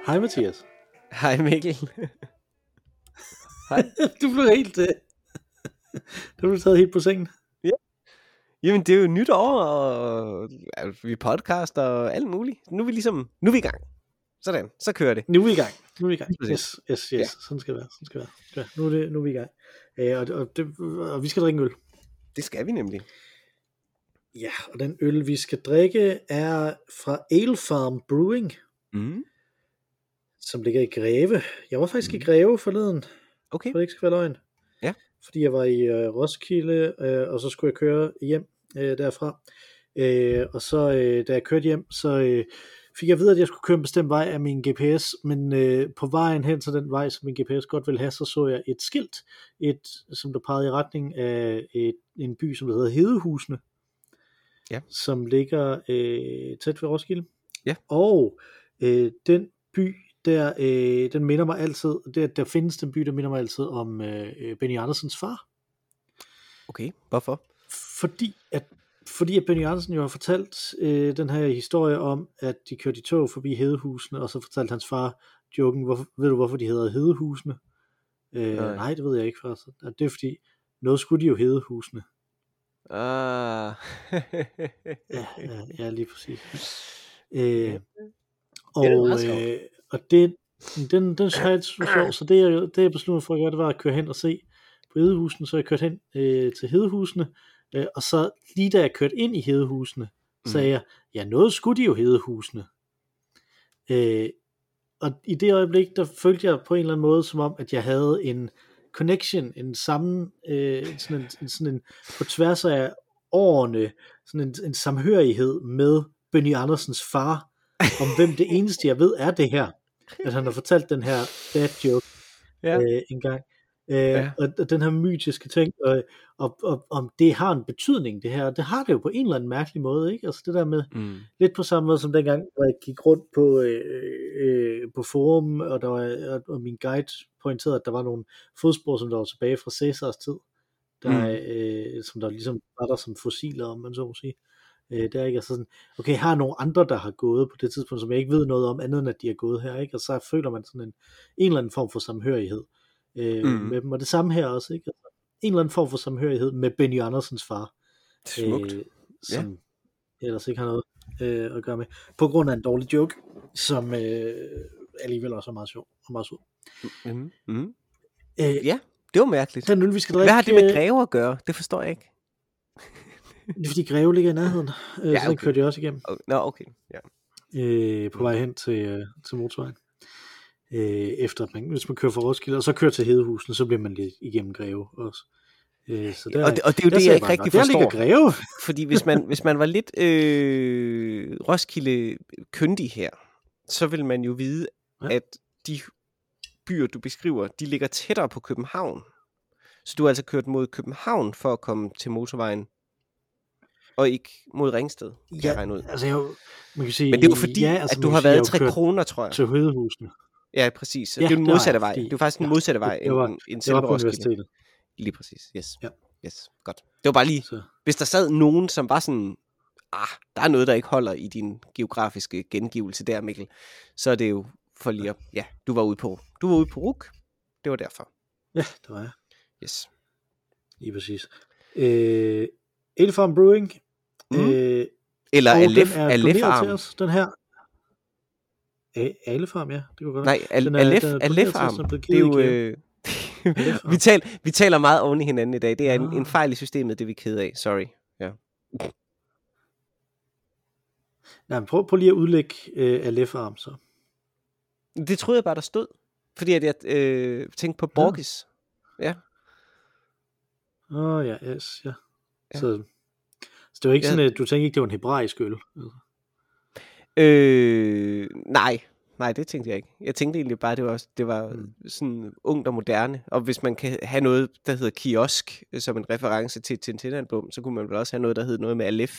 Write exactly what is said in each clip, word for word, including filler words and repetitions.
Hej Mathias. Hej Mikkel. Hej. Du blev helt... Uh... Du blev taget helt på sengen. Ja. Jamen det er jo nyt år, og altså, vi podcaster og alt muligt. Nu er vi ligesom, nu er vi i gang. Sådan, så kører det. Nu er vi i gang. Nu er vi i gang. Præcis. Yes, yes, yes. Ja. Sådan skal det være. Sådan skal det være. Ja, nu, er det, nu er vi i gang. Uh, og, og, det, og vi skal drikke en øl. Det skal vi nemlig. Ja, og den øl, vi skal drikke, er fra Ale Farm Brewing, Mm. som ligger i Greve. Jeg var faktisk Mm. i Greve forleden, Okay. for det ikke skal være løgn. Ja. Fordi jeg var i uh, Roskilde, uh, og så skulle jeg køre hjem uh, derfra. Uh, og så, uh, da jeg kørte hjem, så uh, fik jeg at vide, at jeg skulle køre en bestemt vej af min G P S, men uh, på vejen hen til den vej, som min G P S godt ville have, så så jeg et skilt, et, som der pegede i retning af et, en by, som der hedder Hedehusene, Ja. som ligger uh, tæt ved Roskilde. Ja. Og uh, den by, der, øh, den minder mig altid, der, der findes den by, der minder mig altid om øh, Benny Andersens far. Okay, hvorfor? Fordi at, fordi at Benny Andersen jo har fortalt øh, den her historie om, at de kørte i tog forbi Hedehusene, og så fortalte hans far joken, hvorfor, ved du hvorfor de hedder Hedehusene? Øh, nej. nej, det ved jeg ikke faktisk. Det er fordi, noget skulle de jo Hedehusene. Ah. ja, ja, ja, lige præcis. Øh, og, det øh, og det, den, den er helt sjov, så det jeg, det jeg besluttede for at gøre, det var at køre hen og se på Hedehusene, så jeg kørte hen øh, til Hedehusene, øh, og så lige da jeg kørte ind i Hedehusene, Mm. sagde jeg, ja, noget skulle de jo Hedehusene. Øh, og i det øjeblik, der følte jeg på en eller anden måde, som om, at jeg havde en connection, en sammen, øh, sådan en, en, sådan en, på tværs af årene, sådan en, en samhørighed med Benny Andersens far, om hvem det eneste jeg ved er det her, at han har fortalt den her bad joke Ja. øh, en gang, øh, Ja. og, og den her mytiske ting, og, og, og om det har en betydning det her, det har det jo på en eller anden mærkelig måde, ikke? Altså det der med, Mm. lidt på samme måde som dengang, hvor jeg gik rundt på, øh, øh, på forum, og, der var, og, og min guide pointerede, at der var nogle fodspor, som der var tilbage fra Cæsars tid, der, Mm. øh, som der ligesom var der som fossiler, om man så må sige. Øh, det er ikke altså sådan, okay, her er nogle andre, der har gået på det tidspunkt, som jeg ikke ved noget om, andet end at de har gået her, ikke? Og så føler man sådan en, en eller anden form for samhørighed øh, Mm. med dem, og det samme her også, ikke? Altså, en eller anden form for samhørighed med Benny Andersens far, Smukt. øh, som Ja. ellers ikke har noget øh, at gøre med, på grund af en dårlig joke, som øh, alligevel også er meget sjov og meget sød. Mm. Mm. Øh, Ja, det var mærkeligt. Den øl, vi skal drikke, Hvad har det med øh, Greve at gøre? Det forstår jeg ikke. det er fordi Greve ligger i nærheden, øh, Ja, så den okay. kørte jeg også igennem. Nå, okay. Ja. øh, på vej hen til, øh, til motorvejen. Øh, efter at man, hvis man kører fra Roskilde, og så kører til Hedehusene, så bliver man lidt igennem Greve også. Øh, så der, Og det, og det er jo der det, ser jeg ikke bare, rigtig "Nå, der forstår. ligger Greve." Fordi hvis man, hvis man var lidt øh, Roskilde-kyndig her, så vil man jo vide, Ja. at de byer, du beskriver, de ligger tættere på København. Så du har altså kørt mod København for at komme til motorvejen, og ikke mod Ringsted, kan Ja, jeg regne ud. altså jeg, man kan sige, Men det er jo fordi, ja, altså, at du man har kan sige, jeg været har tre kørt kroner, tror jeg. til Hedehusene. Ja, præcis. Ja, det er jo den det har modsatte jeg, vej. fordi- Det er faktisk den ja, modsatte fordi vej jeg var- end, end Jeg selve var på Roskilde. universitetet. Lige præcis, yes. Ja. Yes, godt. Det var bare lige, Så. hvis der sad nogen, som var sådan, ah, der er noget, der ikke holder i din geografiske gengivelse der, Mikkel, så er det jo for lige at, ja, du var ude på, du var ude på R U K, det var derfor. Ja, det var jeg. Yes. Lige præcis. Øh, Ale Farm Brewing. Mm. Øh, Eller og Alef, den er Alef doneret Arm. til os, den her. A- Ale Farm, ja, det kunne godt Nej, Al- Den er- Alef, den er doneret Alef til os, Arm. den er blevet Det er jo, givet i øh, Alef Arm. vi, tal, vi taler meget oven i hinanden i dag. Det er en, Ah. en fejl i systemet, det er vi ked af. Sorry. Ja. Nej, men prøv, prøv lige at udlægge øh, Ale Farm, så. Det troede jeg bare, der stod. Fordi at jeg øh, tænkte på Borgis. Ja. Åh, oh, ja, yes, ja. Ja. Så, så det var ikke Ja. sådan, at du tænkte ikke, det var en hebraisk øl. Altså. Øh, nej, nej, det tænkte jeg ikke. Jeg tænkte egentlig bare, det var, det var Mm. sådan ungt og moderne. Og hvis man kan have noget, der hedder kiosk, som en reference til Tintin-album, så kunne man vel også have noget, der hedder noget med Alef.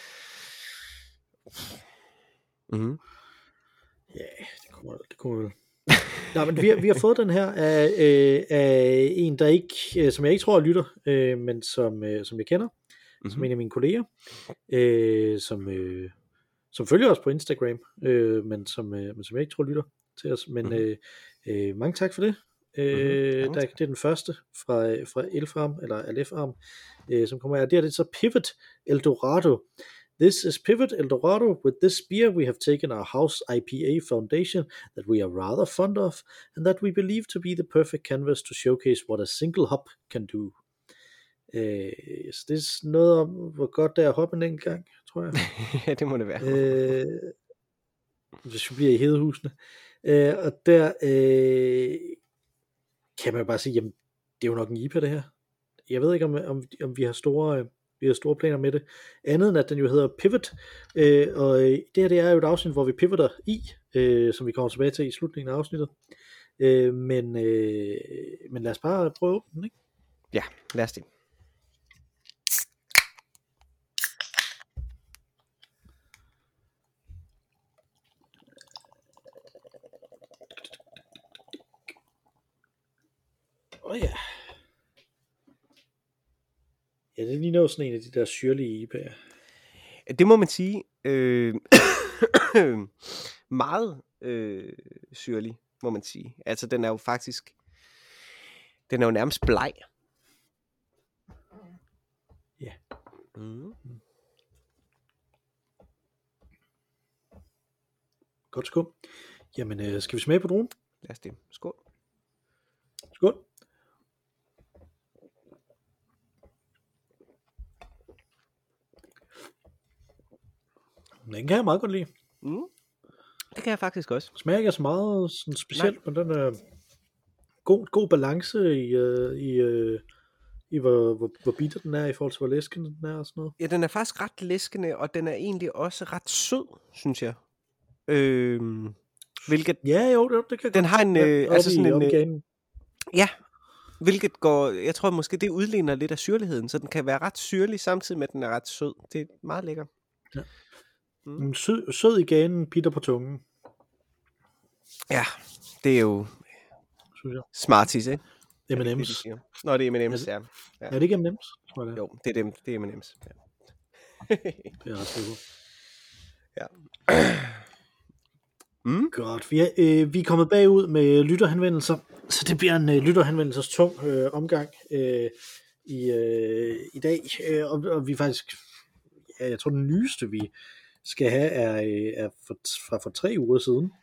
Mm-hmm. Ja, det kunne, det kunne vel. Nej, men vi har, vi har fået den her af, øh, af en, der ikke, øh, som jeg ikke tror er lytter, øh, men som, øh, som jeg kender, mm-hmm. som en af mine kolleger, øh, som, øh, som følger os på Instagram, øh, men, som, øh, men som jeg ikke tror lytter til os, men Mhm. øh, øh, mange tak for det. Øh, Mange der, tak. det er den første fra, fra Elfarm, eller Aleph-arm, øh, som kommer her. Det er det så Pivot Eldorado. This is Pivot Eldorado. With this beer we have taken our house I P A foundation that we are rather fond of, and that we believe to be the perfect canvas to showcase what a single hop can do. Øh, så det er noget om, hvor godt det er at hoppe en enkelt gang, tror jeg. Ja, det må det være. øh, hvis vi bliver i Hedehusene. Øh, og der øh, kan man jo bare sige, jamen, det er jo nok en I P A det her. Jeg ved ikke, om, om, om vi har store... Øh, vi har store planer med det, andet end at den jo hedder Pivot, øh, og det her det er jo et afsnit, hvor vi pivoter i, øh, som vi kommer tilbage til i slutningen af afsnittet, øh, men, øh, men lad os bare prøve at åbne den, ikke? Ja, lad os det. Åh oh, ja. Ja, det ligner jo sådan en af de der syrlige I P A'er. Det må man sige. Øh, meget øh, syrlig, må man sige. Altså, den er jo faktisk... Den er jo nærmest bleg. Ja. Mm. Godt skum. Jamen, øh, skal vi smage på druen? Lad os det. Skål. Skål. Den kan jeg meget godt lide. Mm. Det kan jeg faktisk også. Smager ikke så meget sådan specielt, Nej. men den er god, god balance i, uh, i, uh, i hvor, hvor, hvor bitter den er i forhold til, hvor læskende den er og sådan noget. Ja, den er faktisk ret læskende, og den er egentlig også ret sød, synes jeg. Øh, hvilket... Ja, jo, det, det kan Den har en... ja, Øh, altså sådan en... Øh, ja, hvilket går... Jeg tror måske, det udligner lidt af syrligheden, så den kan være ret syrlig, samtidig med, at den er ret sød. Det er meget lækker. Ja. Mm. En sød, sød i ganen, bitter på tungen. Ja, det er jo synes jeg. Smarties, ikke? M and M's. Ja, Nå, det er M and M's, ja. ja. Er det ikke M and M's? Tror jeg, det er. Jo, det er dem. Det er M and M's. Ja. Det er ret sikkert. Ja. Mm. Godt. Vi er, øh, vi er kommet bagud med lytterhenvendelser, så det bliver en øh, lytterhenvendelsers tung øh, omgang øh, i, øh, i dag. Øh, og, og vi faktisk, ja, jeg tror den nyeste vi skal have er, er for, fra for tre uger siden,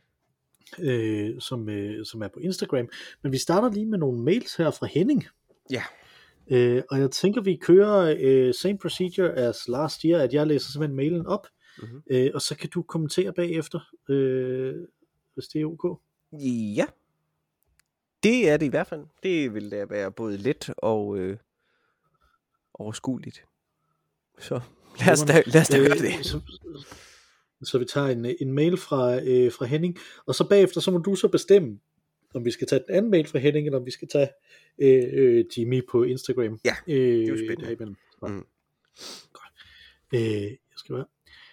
øh, som, øh, som er på Instagram. Men vi starter lige med nogle mails her fra Henning. Ja. Øh, og jeg tænker vi kører øh, same procedure as last year, at jeg læser simpelthen mailen op. Mm-hmm. Øh, og så kan du kommentere bagefter, øh, hvis det er ok. Ja, det er det i hvert fald. Det vil da være både let og øh, overskueligt. Så lad os da, lad os da øh, gøre det. Så, så vi tager en, en mail fra, øh, fra Henning, og så bagefter så må du så bestemme, om vi skal tage den anden mail fra Henning, eller om vi skal tage øh, øh, Jimmy på Instagram. Ja, øh, det er jo spændende. Mm. Godt. Øh, jeg skal være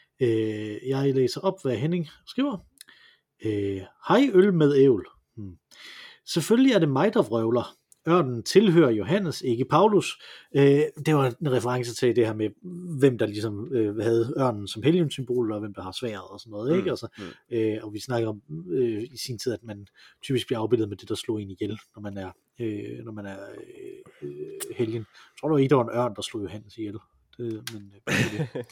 Øh, jeg læser op, hvad Henning skriver. Øh, Hej øl med ævl. Hmm. Selvfølgelig er det mig, der vrøvler. Ørnen tilhører Johannes, ikke Paulus. Øh, det var en reference til det her med, hvem der ligesom øh, havde ørnen som helgensymbol, og hvem der har sværet og sådan noget. Mm. Ikke? Altså, øh, og vi snakker om øh, i sin tid, at man typisk bliver afbildet med det, der slog en ihjel, når man er, øh, når man er øh, helgen. Jeg tror, det var ikke, der var en ørn, der slog Johannes ihjel. Det, men, øh, det.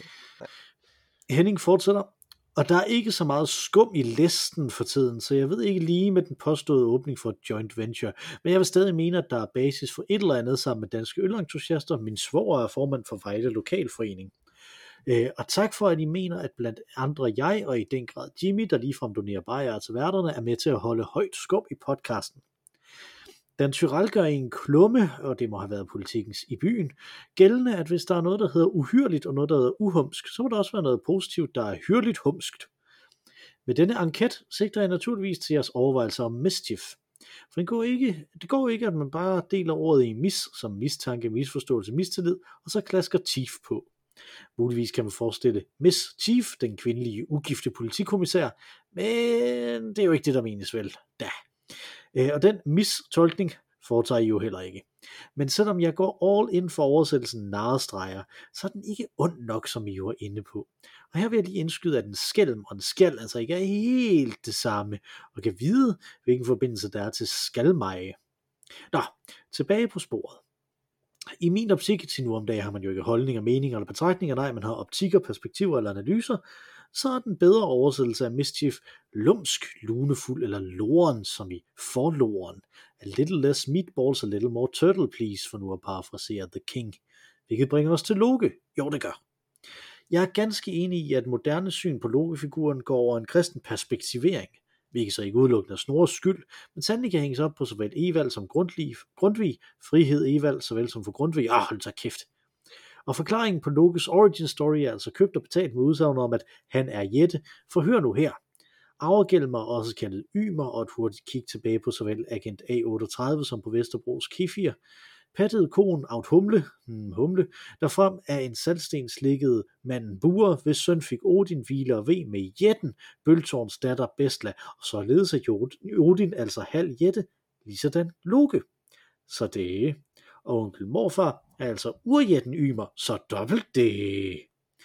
Henning fortsætter, og der er ikke så meget skum i listen for tiden, så jeg ved ikke lige med den påståede åbning for et joint venture, men jeg vil stadig mene, at der er basis for et eller andet sammen med danske ølentusiaster. Min svoger er formand for Vejle Lokalforening. Øh, og tak for, at I mener, at blandt andre jeg, og i den grad Jimmy, der ligefrem donerer bajer til værterne, er med til at holde højt skum i podcasten. Dan Tyrell gør i en klumme, og det må have været politikens i byen, gældende, at hvis der er noget, der hedder uhyrligt, og noget, der hedder uhumsk, så må der også være noget positivt, der er hyrligt humskt. Med denne anket sigter jeg naturligvis til jeres overvejelser om mischief. For det går ikke, det går ikke, at man bare deler ordet i mis, som mistanke, misforståelse, mistillid, og så klasker chief på. Muligvis kan man forestille Miss Chief, den kvindelige ugifte politikommissær, men det er jo ikke det, der menes vel. Da. Og den mistolkning foretager I jo heller ikke. Men selvom jeg går all in for oversættelsen narrestreger, så er den ikke ond nok, som I var inde på. Og her vil jeg lige indskyde, at en skælm og en skal altså ikke er helt det samme, og kan vide, hvilken forbindelse der er til skalmeje. Nå, tilbage på sporet. I min optik, til nu om dagen har man jo ikke holdninger, meninger eller betragtninger, nej, man har optikker, perspektiver eller analyser, så er den bedre oversættelse af mischief lumsk, lunefuld eller loren, som i forloren. A little less meatballs, a little more turtle please, for nu at parafrasere The King. Hvilket bringer os til Loke. Jo, det gør. Jeg er ganske enig i, at moderne syn på Loke-figuren går over en kristen perspektivering, hvilket så ikke udelukkende er Snorres skyld, men sandelig kan hænges op på såvel Evald som Grundtvig, Grundtvig frihed Evald, såvel som for Grundtvig. Ah, hold så kæft. Og forklaringen på Lokes origin story er altså købt og betalt med udsagn om, at han er Jette. For hør nu her. Aurgelmer, også kaldet Ymer, og et hurtigt kig tilbage på såvel Agent A otteogtredive som på Vesterbros Kefir. Pattede konen Aud Humle, hmm, Humle, der frem af en saltsten slikkede manden Bure, hvis søn fik Odin hvile og ved med Jætten, Bøltårns datter Bestla, og således er Odin altså halv Jætte, ligesådan Loke. Så det, og onkel morfar er altså urjætten Ymer, så dobbelt det.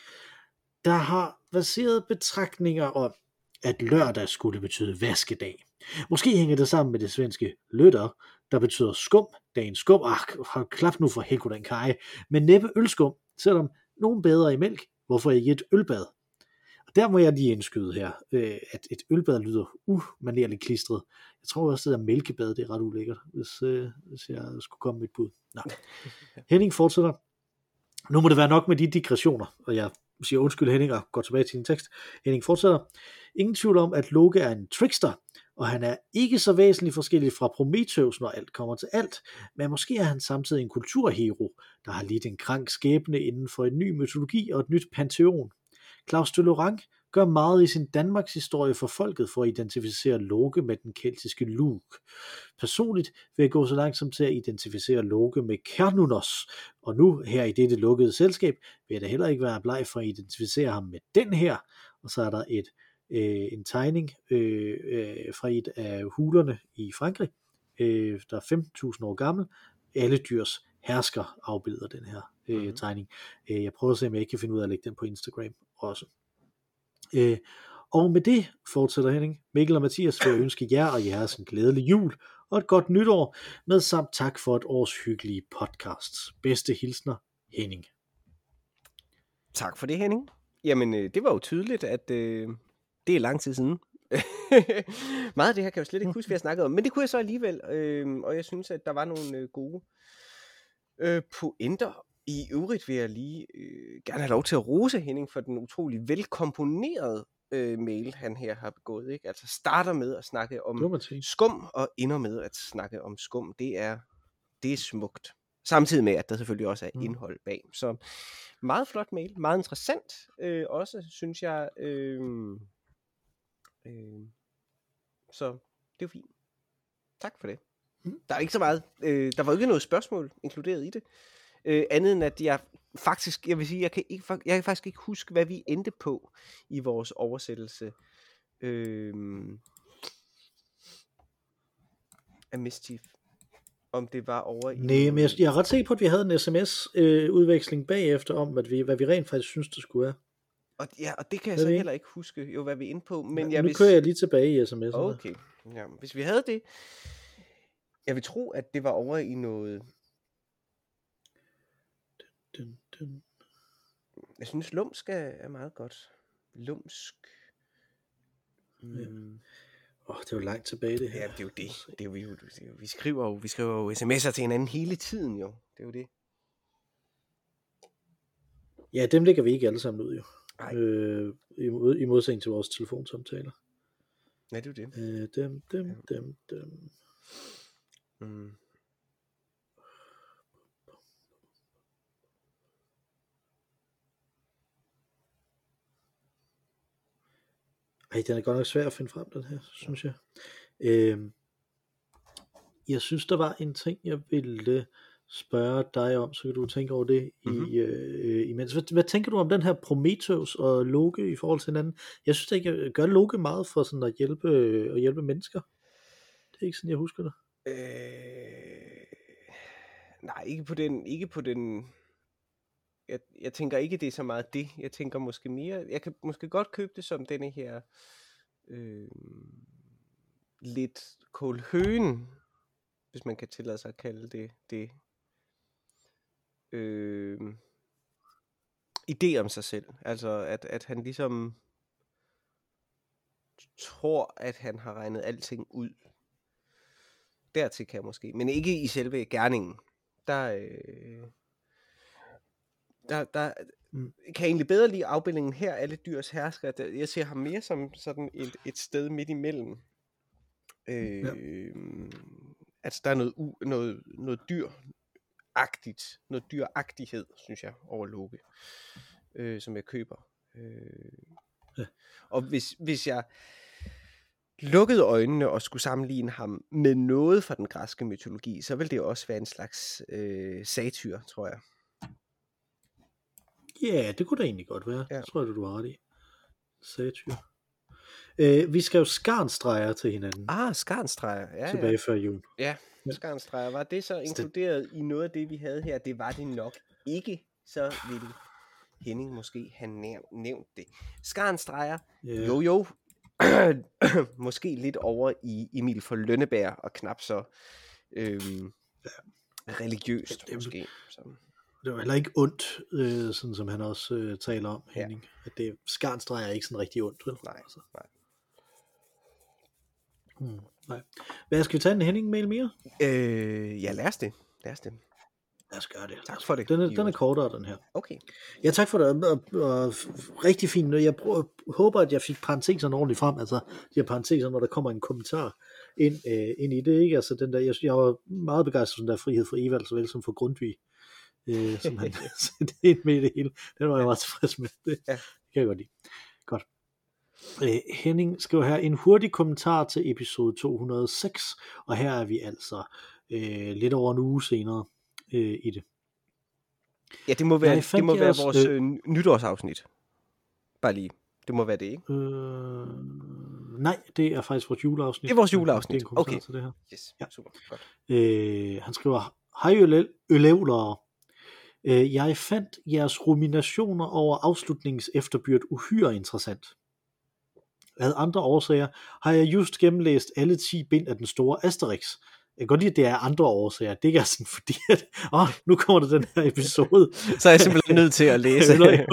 Der har baseret betragtninger om, at lørdag skulle betyde vaskedag. Måske hænger det sammen med det svenske løtter, der betyder skum, dagens skum. Ah, klap nu for helvede den kaj. Men næppe ølskum, selvom nogen bader i mælk, hvorfor ikke et ølbad? Og der må jeg lige indskyde her, at et ølbad lyder umanerligt klistret. Jeg tror også, at det der mælkebad, det er ret ulækkert, hvis, øh, hvis jeg skulle komme med et bud. Nej. Henning fortsætter. Nu må det være nok med de digressioner, og jeg siger undskyld Henning og går tilbage til din tekst. Henning fortsætter. Ingen tvivl om, at Loke er en trickster, og han er ikke så væsentligt forskellig fra Prometheus, når alt kommer til alt, men måske er han samtidig en kulturhero, der har lidt en krank skæbne inden for en ny mytologi og et nyt pantheon. Claus de Lorang gør meget i sin Danmarks historie for folket for at identificere Loke med den keltiske Luke. Personligt vil jeg gå så langt som til at identificere Loke med Cernunnos, og nu her i dette lukkede selskab vil jeg da heller ikke være bleg for at identificere ham med den her, og så er der et øh, en tegning øh, øh, fra et af hulerne i Frankrig, øh, der er femten tusind år gammel. Alle dyrs hersker afbilder den her øh, mm-hmm. tegning. Øh, jeg prøver at se, om jeg ikke kan finde ud af at lægge den på Instagram også. Øh, og med det fortsætter Henning. Mikkel og Mathias vil ønske jer og jeres en glædelig jul og et godt nytår, med samt tak for et års hyggelige podcasts. Bedste hilsner, Henning. Tak for det, Henning. Jamen, øh, det var jo tydeligt, at øh, det er lang tid siden. Meget af det her kan jeg jo slet ikke huske, hvad jeg snakkede om, men det kunne jeg så alligevel, øh, og jeg synes, at der var nogle øh, gode øh, pointer. I øvrigt vil jeg lige øh, gerne have lov til at rose Henning for den utrolig velkomponerede øh, mail, han her har begået. Ikke? Altså starter med at snakke om skum, og ender med at snakke om skum. Det er, det er smukt. Samtidig med, at der selvfølgelig også er indhold bag. Så meget flot mail, meget interessant. Øh, også, synes jeg. Øh, øh, så det er fint. Tak for det. Der er ikke så meget. Øh, der var ikke noget spørgsmål inkluderet i det. Øh, andet end at jeg faktisk, jeg vil sige, jeg kan, ikke, jeg kan faktisk ikke huske, hvad vi endte på i vores oversættelse øh, af Mischief. Om det var over i... Nej, men jeg, jeg er ret sikker på, at vi havde en sms-udveksling øh, bagefter om, hvad vi, hvad vi rent faktisk synes, det skulle være. Og, ja, og det kan jeg så heller ikke huske, jo, hvad vi er inde på. Men ja, jeg nu vil... kører jeg lige tilbage i sms'erne. Okay, ja, hvis vi havde det... Jeg vil tro, at det var over i noget... Dun, dun. Jeg synes, lumsk er, er meget godt. Lumsk... Mm. Ja. Åh, oh, det er jo langt tilbage det her. Ja, det er jo det. Det er jo, vi, det er jo, vi skriver jo, vi skriver jo sms'er til hinanden hele tiden jo. Det er jo det. Ja, dem lægger vi ikke alle sammen ud jo. Øh, i, I modsætning til vores telefonsamtaler. Ja, det er jo det. Øh, dem, dem, ja. dem, dem. Mm. Ej, den er godt nok svær at finde frem, den her, synes jeg. Øh, jeg synes, der var en ting, jeg ville spørge dig om, så kan du tænke over det mm-hmm. i, øh, imens. Hvad, hvad tænker du om den her Prometheus og Loke i forhold til hinanden? Jeg synes ikke, gør Loke meget for sådan at hjælpe, at hjælpe mennesker. Det er ikke sådan, jeg husker det. Øh... nej, ikke på den, ikke på den, jeg, jeg tænker ikke, det er så meget det. Jeg tænker måske mere, jeg kan måske godt købe det som denne her, øh, lidt Kål Høen, hvis man kan tillade sig at kalde det det. Øh, idé om sig selv. Altså, at, at han ligesom tror, at han har regnet alting ud. Dertil kan jeg måske, men ikke i selve gerningen. Der, øh, der, der mm. kan jeg egentlig bedre lide afbildningen her, alle dyrs hersker. Jeg ser ham mere som sådan et, et sted midt imellem. Øh, ja. Altså, der er noget, u, noget, noget dyragtigt, noget dyragtighed, synes jeg, over Loke, øh, som jeg køber. Øh, ja. Og hvis, hvis jeg lukkede øjnene og skulle sammenligne ham med noget fra den græske mytologi, så vil det også være en slags øh, satyr, tror jeg. Ja, det kunne da egentlig godt være. Ja. Det tror jeg, du har ret i. Satyr. Øh, vi skal jo skarnstreger til hinanden. Ah, skarnstreger. Ja, tilbage ja. før jul. Ja, skarnstreger. Var det så inkluderet i noget af det, vi havde her? Det var det nok ikke. Så ville Henning måske have nævnt det. Skarnstreger. Yeah. Jo, jo. Måske lidt over i Emil fra Lønneberg, og knap så øhm, ja. religiøst, det, måske. Så. Det var heller ikke ondt, øh, sådan som han også øh, taler om, Henning. Ja. At det skarnstreger er ikke sådan rigtig ondt, vel? Nej, altså. nej. Hmm, nej. Hvad, skal vi tage en Henning-mail mere? Øh, ja, lad os det. Lad os det. Lad os gøre det. Tak for det. Den er, den er kortere, den her. Okay. Ja, tak for det. Og, og, rigtig fint. Jeg prøver, håber, at jeg fik parenteserne ordentligt frem. Altså, de her parenteser, når der kommer en kommentar ind, øh, ind i det. Ikke? Altså, den der, jeg, jeg var meget begejstret for den der frihed for Evald, såvel som for Grundtvig. Øh, som han sætte ind med det hele. Den var jeg meget tilfreds med. Det, ja. det kan jeg godt lide. Godt. Øh, Henning skriver her en hurtig kommentar til episode to hundrede og seks. Og her er vi altså øh, lidt over en uge senere. Øh, i det. Ja, det må være, det må være vores øh, nytårsafsnit. Bare lige. Det må være det, ikke? Øh, nej, det er faktisk vores juleafsnit. Det er vores juleafsnit. Okay. Til det her. Yes, ja. Super. Godt. Øh, han skriver, hej ølævlere. Øh, jeg fandt jeres ruminationer over afslutningens efterbyrd uhyre interessant. Af andre årsager har jeg just gennemlæst alle ti bind af den store Asterix. Jeg kan godt lide, at det er andre årsager. Det er ikke sådan, fordi at, åh, nu kommer der den her episode. Så er jeg simpelthen nødt til at læse.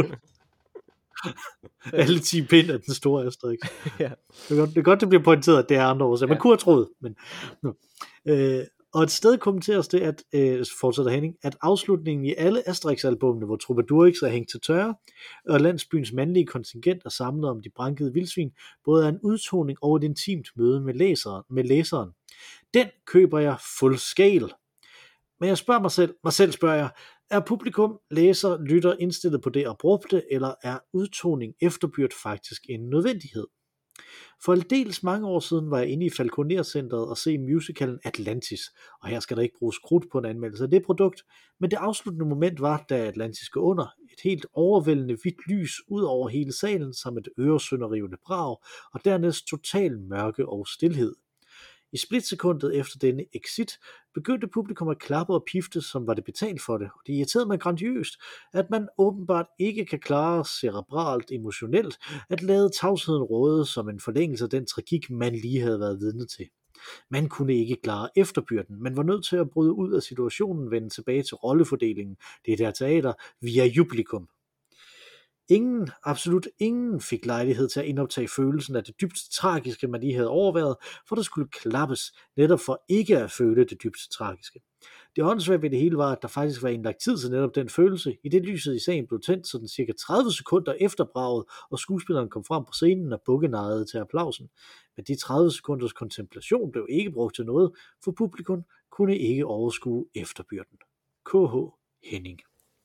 Alle ti pind af den store Asterix. Ja. Det, er godt, det er godt, det bliver pointeret, at det er andre årsager. Man ja. kunne have troet. Men, no. øh, og et sted kommenteres det, at, øh, fortsætter Henning, at afslutningen i alle Asterix-albumene, hvor Trubadurix er hængt til tørre, og landsbyens mandlige kontingent er samlet om de brankede vildsvin, både er en udtoning og et intimt møde med læseren. Med læseren. Den køber jeg full scale. Men jeg spørger mig selv, mig selv spørger jeg, er publikum, læser, lytter indstillet på det abrupte, eller er udtoning efterbyrd faktisk en nødvendighed? For aldeles mange år siden var jeg inde i Falconer-centret og se musicalen Atlantis, og her skal der ikke bruges krudt på en anmeldelse af det produkt, men det afsluttende moment var, da Atlantis går under, et helt overvældende hvidt lys ud over hele salen, som et øresønderrivende brag, og dernæst total mørke og stilhed. I splitsekundet efter denne exit begyndte publikum at klappe og pifte, som var det betalt for det, og det irriterede mig grandiøst, at man åbenbart ikke kan klare cerebralt emotionelt at lade tavsheden råde som en forlængelse af den tragik, man lige havde været vidne til. Man kunne ikke klare efterbyrden, men var nødt til at bryde ud af situationen, vende tilbage til rollefordelingen, det der teater, via jublikum. Ingen, absolut ingen fik lejlighed til at indoptage følelsen af det dybt tragiske, man lige havde overværet, for der skulle klappes, netop for ikke at føle det dybt tragiske. Det åndssvagt ved det hele var, at der faktisk var indlagt tid til netop den følelse, i det lyset i sagen blev tændt sådan cirka tredive sekunder efter braget, og skuespilleren kom frem på scenen og bukkenejede til applausen. Men de tredive sekunders kontemplation blev ikke brugt til noget, for publikum kunne ikke overskue efterbyrden. K H. Henning.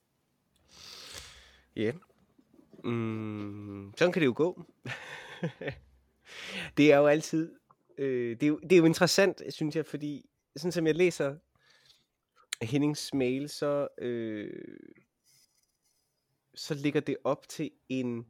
Ja. Yeah. Mm, sådan kan det jo gå. Det er jo altid øh, det, er jo, det er jo interessant, synes jeg, fordi sådan som jeg læser Hennings mail, så øh, så ligger det op til en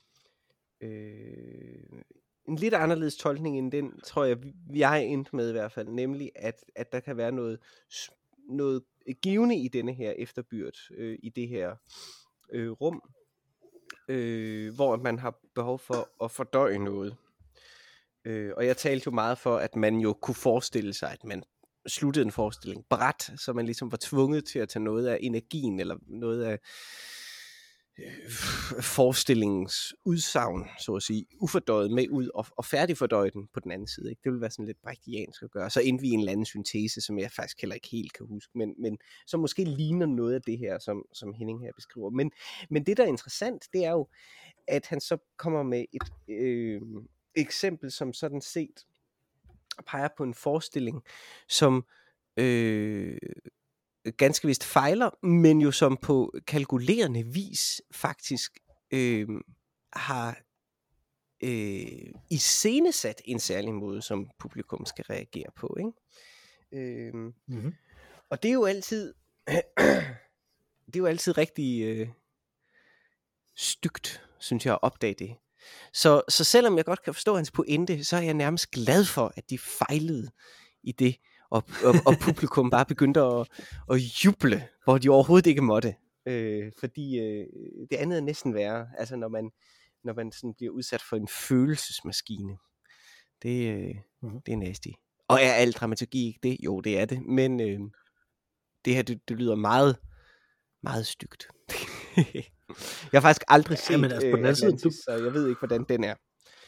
øh, en lidt anderledes tolkning end den, tror jeg, jeg endte med i hvert fald, nemlig at, at der kan være noget noget givende i denne her efterbyrd, øh, i det her øh, rum, øh, hvor man har behov for at fordøje noget. Øh, og jeg talte jo meget for, at man jo kunne forestille sig, at man sluttede en forestilling brat, så man ligesom var tvunget til at tage noget af energien, eller noget af øh, forestillingens udsagn, så at sige, ufordøjet med ud, og, og færdigfordøje den på den anden side. Ikke? Det ville være sådan lidt brechtiansk at gøre. Så endte vi i en eller anden syntese, som jeg faktisk heller ikke helt kan huske, men, men som måske ligner noget af det her, som, som Henning her beskriver. Men, men det, der er interessant, det er jo, at han så kommer med et øh, eksempel, som sådan set peger på en forestilling, som øh, ganske vist fejler, men jo som på kalkulerende vis faktisk øh, har øh, iscenesat en særlig måde, som publikum skal reagere på. Ikke? Øh, mm-hmm. Og det er jo altid det er jo altid rigtig øh, stygt, synes jeg, at opdage det. Så, så selvom jeg godt kan forstå hans pointe, så er jeg nærmest glad for, at de fejlede i det, og, og, og publikum bare begyndte at, at juble, hvor de overhovedet ikke måtte. Øh, fordi øh, det andet er næsten værre, altså når man, når man sådan bliver udsat for en følelsesmaskine. Det, øh, mm-hmm. det er nasty. Og er al dramaturgi ikke det? Jo, det er det. Men øh, det her, det, det lyder meget, meget stygt. Jeg har faktisk aldrig set ja, men altså, på den Atlantis, side, du... så jeg ved ikke, hvordan den er.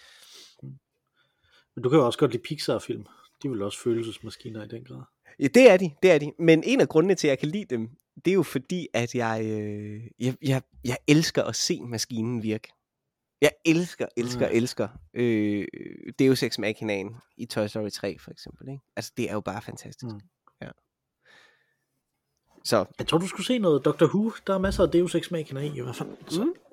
Men du kan jo også godt lide Pixar-film. De vil også følelsesmaskiner i den grad. Ja, det er de, det er de. Men en af grundene til, at jeg kan lide dem, det er jo fordi, at jeg, øh, jeg, jeg, jeg elsker at se maskinen virke. Jeg elsker, elsker, mm. elsker øh, Deus Ex Machinaen i Toy Story tre, for eksempel. Ikke? Altså, det er jo bare fantastisk. Mm. Ja. Så. Jeg tror, du skulle se noget Doctor Who. Der er masser af Deus Ex Machina i, i hvert fald. Så. Mm.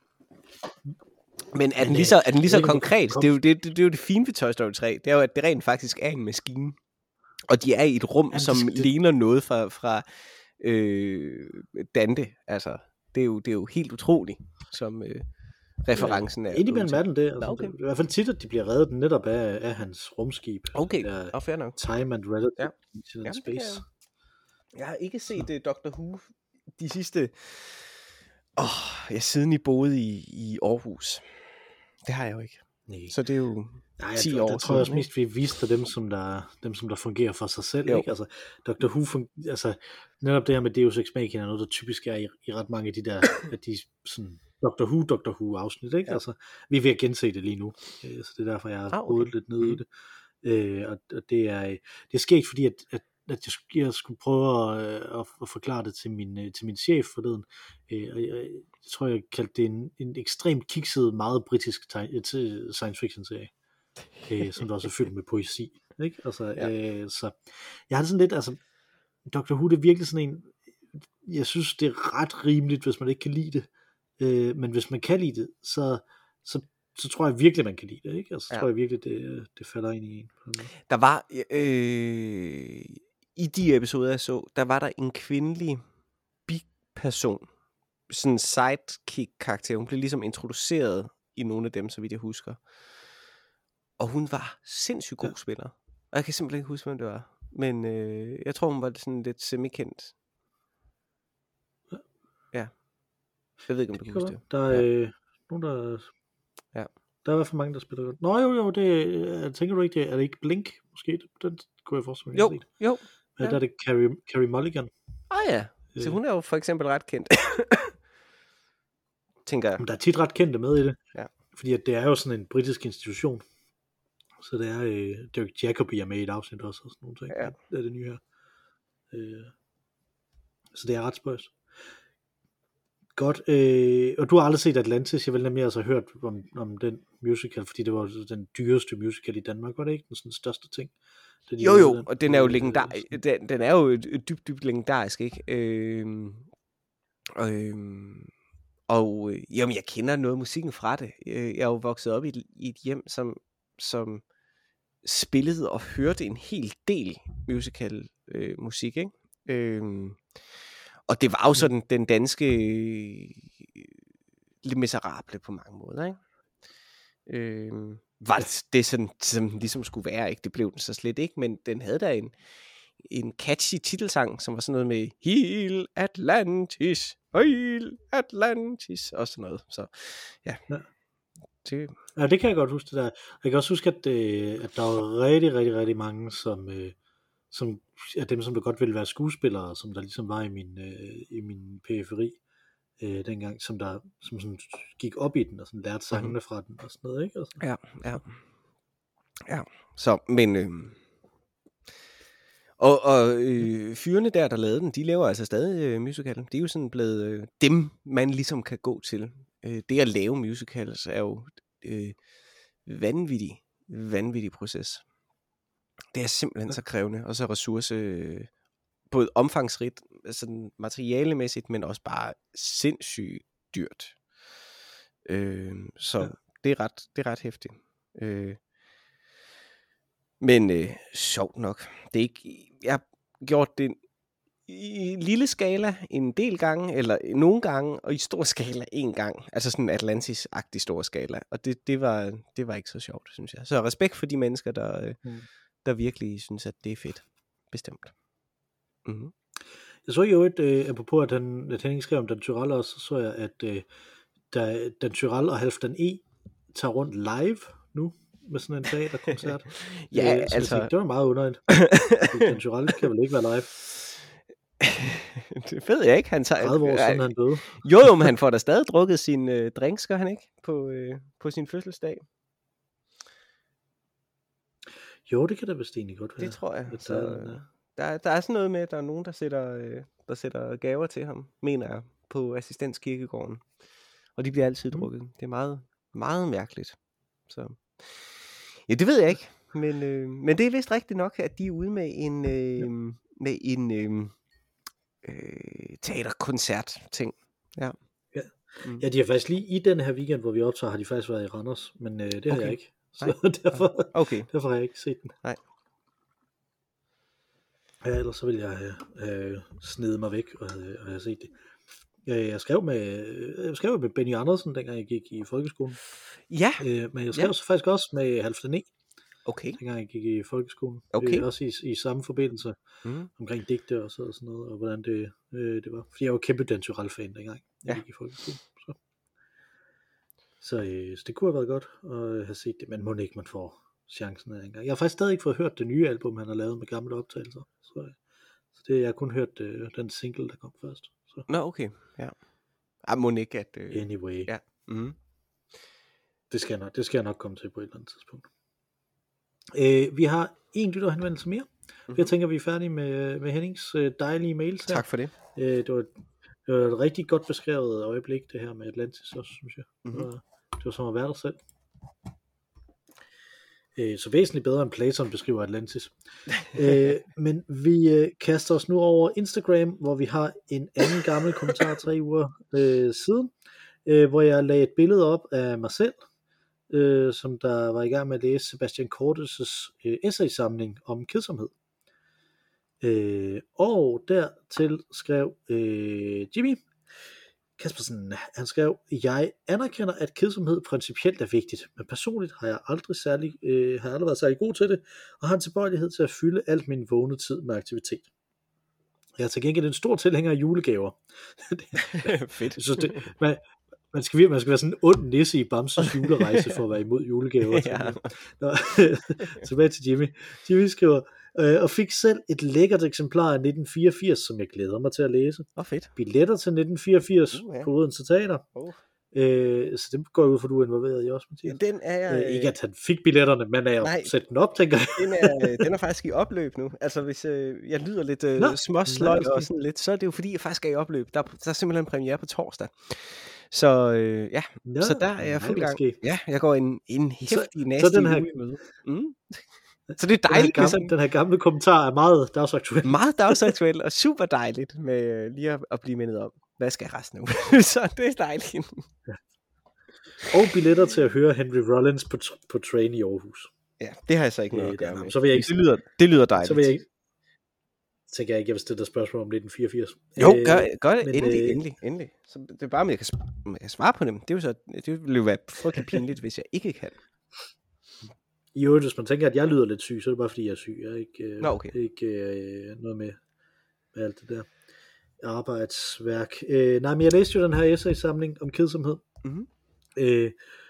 Men er den lige så, er den lige så konkret? Det er, jo, det, det, det er jo det fine ved Toy Story tre. Det er jo, at det rent faktisk er en maskine. Og de er i et rum, Jamen, som det... ligner noget fra, fra øh, Dante. Altså, det er, jo, det er jo helt utroligt, som øh, referencen er. Ja, indimellem er den det. Altså, okay. det. I hvert fald tit, at de bliver reddet netop af, af hans rumskib. Okay, og fair nok. Time and Relative ja. ja, Space. Jeg... jeg har ikke set uh, Doctor Who de sidste... Åh, oh, jeg siden I boede i, i Aarhus. Det har jeg jo ikke. Nej. Så det er jo Nej, ti jeg, år der tror jeg også mest, vi viste dem, som der, dem, som der fungerer for sig selv. Ikke? Altså, Doctor Who, fun- altså, netop det her med Deus Ex Machina er noget, der typisk er i, i ret mange af de der, af de sådan, Doctor Who, Doctor Who afsnit. Ikke? Ja. Altså, vi er ved at gense det lige nu, øh, så det er derfor, jeg har ah, okay. lidt nede mm. i det. Øh, og, og det er, det er sket, fordi at, at at jeg, jeg skulle prøve at, at, at forklare det til min, til min chef forleden. Og jeg, jeg tror, jeg kaldte det en, en ekstremt kikset, meget britisk science fiction serie, som der også er fyldt med poesi. Ikke? Altså, ja. øh, så jeg har det sådan lidt, altså, Doctor Who, det er virkelig sådan en, jeg synes, det er ret rimeligt, hvis man ikke kan lide det. Øh, men hvis man kan lide det, så, så så tror jeg virkelig, man kan lide det, ikke? Altså, så ja. tror jeg virkelig, det, det falder ind i en. Der var, øh, i de episoder, jeg så, der var der en kvindelig bi-person, sådan en sidekick-karakter. Hun blev ligesom introduceret i nogle af dem, så vidt jeg husker. Og hun var sindssygt god ja. spiller. Og jeg kan simpelthen ikke huske, hvem det var. Men øh, jeg tror, hun var sådan lidt semi-kendt. Ja. ja. Jeg ved ikke, om du kan huske det. Der er ja. øh, nogen, der... Ja. Der er i hvert fald mange, der spiller godt. Nå jo, jo, det, tænker du ikke, det er det ikke Blink, måske? Den kunne jeg forestille mig, jo, jo. Ja. Der er det Carrie, Carrie Mulligan. Ah ja, så hun er jo for eksempel ret kendt. Tænker jeg. Men der er tit ret kendte med i det. Ja. Fordi at det er jo sådan en britisk institution. Så det er, øh, Dirk Jacobi er med i et afsnit også, og sådan nogle ting. Ja. Det er det nye her. Øh, så det er ret spøjs. Godt, øh, og du har aldrig set Atlantis. Jeg vil nemlig altså have hørt om, om den musical, fordi det var den dyreste musical i Danmark, var det ikke? Den sådan største ting. Den, jo jo, den, og den er jo legendarisk. Den, den er jo dybt, dybt legendarisk, ikke? Øh, øh, og jamen, jeg kender noget af musikken fra det. Jeg er jo vokset op i et, i et hjem, som, som spillede og hørte en hel del musical øh, musik, ikke? Øh, Og det var jo sådan den danske øh, Les Misérables på mange måder, ikke? Øh, var det, det sådan, som ligesom skulle være, ikke? Det blev den så slet ikke, men den havde da en, en catchy titelsang, som var sådan noget med Heal Atlantis, Heal Atlantis, og sådan noget. Så ja, Ja. det... Ja, det kan jeg godt huske det der. Jeg kan også huske, at, øh, at der var rigtig, rigtig, rigtig mange, som, øh, som af dem, som der godt ville være skuespillere, som der ligesom var i min, øh, i min periferi øh, dengang, som der som sådan gik op i den, og sådan lærte sangene fra den, og sådan noget, ikke? Og sådan. Ja, ja. Ja, så, men... Øh... Og, og øh, fyrene der, der lavede den, de laver altså stadig øh, musicalen. Det er jo sådan blevet øh, dem, man ligesom kan gå til. Øh, det at lave musicals er jo øh, vanvittig, vanvittig proces. Det er simpelthen så krævende, og så ressource, øh, både omfangsrigt, altså materialemæssigt, men også bare sindssygt dyrt. Øh, så ja. det, er ret, det er ret hæftigt. Øh, men øh, sjovt nok. Det er ikke, jeg har gjort det i lille skala en del gange, eller nogle gange, og i stor skala en gang. Altså sådan en Atlantis-agtig stor skala. Og det, det, var, det var ikke så sjovt, synes jeg. Så respekt for de mennesker, der, mm. der virkelig synes, at det er fedt. Bestemt. Mm-hmm. Jeg så jo et, øh, apropos at, han, at Henning skrev om Dan Tyrell også, så så jeg, at øh, da Dan Tyrell og Halfdan E tager rundt live nu, med sådan en teaterkoncert. ja, øh, altså... Tænkte, det var meget underligt. Dan Tyrell kan vel ikke være live? Det ved jeg ikke. Han tager... tredive år siden han døde. jo, jo, men han får da stadig drukket sin øh, drinks, gør han ikke? På, øh, på sin fødselsdag. Jo, det kan da vist egentlig godt være. Det tror jeg. At, Så, øh, der, der er sådan noget med, at der er nogen, der sætter, øh, der sætter gaver til ham, mener jeg, på assistenskirkegården. Og de bliver altid drukket. Mm. Det er meget, meget mærkeligt. Så... Ja, det ved jeg ikke. Men, øh, men det er vist rigtigt nok, at de er ude med en... Øh, ja. med en... Øh, Øh, teaterkoncert-ting. Ja. Ja. Mm. Ja, de har faktisk lige i den her weekend, hvor vi optager, har de faktisk været i Randers, men øh, det har okay. jeg ikke. Så derfor, okay. derfor har jeg ikke set den. Nej. Ja, ellers så vil jeg have øh, snedet mig væk og have, og have set det. Jeg, jeg skrev med jeg skrev med Benny Andersen, dengang jeg gik i folkeskolen. Ja. Øh, men jeg skrev ja. så faktisk også med Halfdan E. Okay. Dengang jeg gik i folkeskolen. Okay. Øh, også i, i samme forbindelse mm. omkring digte og så og sådan noget, og hvordan det, øh, det var. Fordi jeg var kæmpe Dan Tyrell-fan dengang jeg ja. gik i folkeskolen. Så, så, øh, så det kunne have været godt at have set det, men må ikke man får chancen af engang. Jeg har faktisk stadig ikke fået hørt det nye album, han har lavet med gamle optagelser. Så, så det, jeg har kun hørt øh, den single, der kom først. Så. Nå, okay. Ja. Ah, må ikke at... Øh... Anyway. Ja. Mm. Det, skal jeg nok, det skal jeg nok komme til på et eller andet tidspunkt. Øh, vi har en lytterhenvendelse mere. Mm-hmm. Jeg tænker, vi er færdige med, med Hennings øh, dejlige mails her. Tak for det. Øh, det, var, det var et rigtig godt beskrevet øjeblik, det her med Atlantis også, synes jeg. Mm-hmm. Det, var, det var som at være der selv. Øh, så væsentligt bedre end Platon beskriver Atlantis. øh, men vi øh, kaster os nu over Instagram, hvor vi har en anden gammel kommentar tre uger øh, siden, øh, hvor jeg lagde et billede op af mig selv, Øh, som der var i gang med at læse Sebastian Cortes' øh, essaysamling om kedsomhed. Øh, og dertil skrev øh, Jimmy Kaspersen, han skrev, jeg anerkender, at kedsomhed principielt er vigtigt, men personligt har jeg aldrig, særlig, øh, har aldrig været særlig god til det, og har en tilbøjelighed til at fylde alt min vågne tid med aktivitet. Jeg er til gengæld en stor tilhænger af julegaver. Fedt. Jeg synes, det, man, Man skal, man skal være sådan en ond nisse i Bamses julerejse for at være imod julegaver. Ja. Nå, tilbage til Jimmy. Jimmy skriver, øh, og fik selv et lækkert eksemplar af nitten fireogfirs, som jeg glæder mig til at læse. Åh, oh, fedt. Billetter til nitten fireogfirs uh, ja. på Odense Teater. Oh. Øh, så det går ud for, du er involveret i også, Mathias. Den er jeg... Øh, ikke at han fik billetterne, men er jo sætte den op, tænker jeg. Den er, den er faktisk i opløb nu. Altså hvis øh, jeg lyder lidt øh, småsløjt og sådan lidt, så er det jo fordi, jeg faktisk er i opløb. Der, der er simpelthen premiere på torsdag. Så øh, ja, Nå, så der er jeg fuld gang. Ja, jeg går en, en hæftig nasty så den her, møde. Mm. Så det er dejligt. Den her, gamle, den her gamle kommentar er meget dagsaktuel. Meget dagsaktuel og super dejligt med lige at, at blive mindet om, hvad skal resten nu? Så det er dejligt. Ja. Og billetter til at høre Henry Rollins på, på Train i Aarhus. Ja, det har jeg så ikke noget at gøre med. Så vil jeg ikke, det, lyder, det lyder dejligt. Så vil jeg ikke, tænker jeg ikke, jeg vil stille dig spørgsmål om nitten fireogfirs. Jo, gør, gør det. Men, endelig, øh, endelig, endelig. Så det er bare, om jeg kan, om jeg kan svare på dem. Det, er jo så, det ville jo være frygtelig pinligt, hvis jeg ikke kan. I øvrigt, hvis man tænker, at jeg lyder lidt syg, så er det bare fordi, jeg er syg. Jeg er ikke, øh, Nå, okay. ikke øh, noget med, med alt det der arbejdsværk. Øh, nej, men jeg læste jo den her essay-samling om kedsomhed. Mm-hmm. Øh,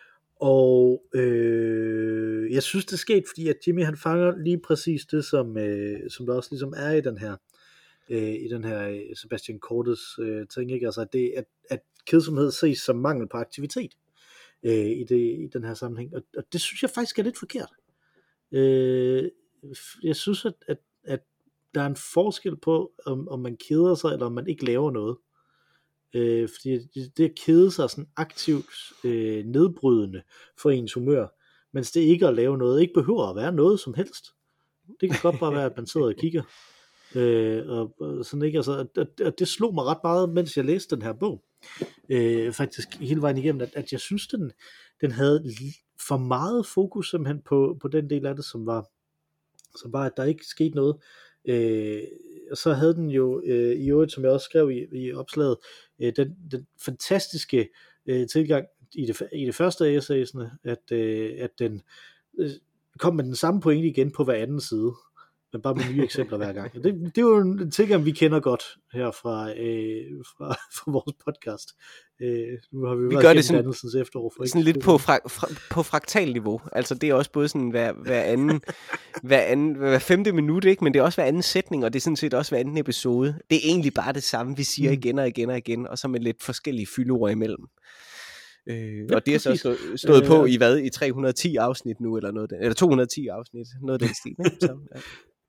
og øh, jeg synes, det er sket, fordi at Jimmy han fanger lige præcis det, som, øh, som der også ligesom er i den her, øh, i den her Sebastian Cordes øh, ting, ikke? Altså, at, det, at, at kedsomhed ses som mangel på aktivitet øh, i, det, i den her sammenhæng. Og, og det synes jeg faktisk er lidt forkert. Øh, jeg synes, at, at, at der er en forskel på, om, om man keder sig, eller om man ikke laver noget. Øh, fordi det, det at kede sig sådan aktivt øh, nedbrydende for ens humør, mens det ikke at lave noget, ikke behøver at være noget som helst. Det kan godt bare være, at man sidder og kigger. Øh, og, og sådan ikke, altså, og, og det slog mig ret meget, mens jeg læste den her bog. Øh, faktisk hele vejen igennem, at, at jeg synes, den, den havde for meget fokus simpelthen på, på den del af det, som var, som var, at der ikke skete noget. Øh, og så havde den jo øh, i øvrigt, som jeg også skrev i, i opslaget, øh, den, den fantastiske øh, tilgang i det, i det første af essaysene, at, øh, at den øh, kom med den samme pointe igen på hver anden side, men bare med nye eksempler hver gang. Det, det er jo en ting, vi kender godt her fra, øh, fra, fra vores podcast. Øh, nu har vi, vi været gør det sådan, efterår. For sådan lidt på, fra, fra, på fraktal niveau. Altså det er også både sådan hver, hver anden, hver, anden hver femte minut, ikke? Men det er også hver anden sætning, og det er sådan set også hver anden episode. Det er egentlig bare det samme, vi siger mm. igen og igen og igen, og så med lidt forskellige fyldeord imellem. Øh, ja, og det er så stå, stået øh, på i hvad? I tre hundrede og ti afsnit nu, eller noget, eller to hundrede og ti afsnit, noget af den stil, ikke? Så, ja.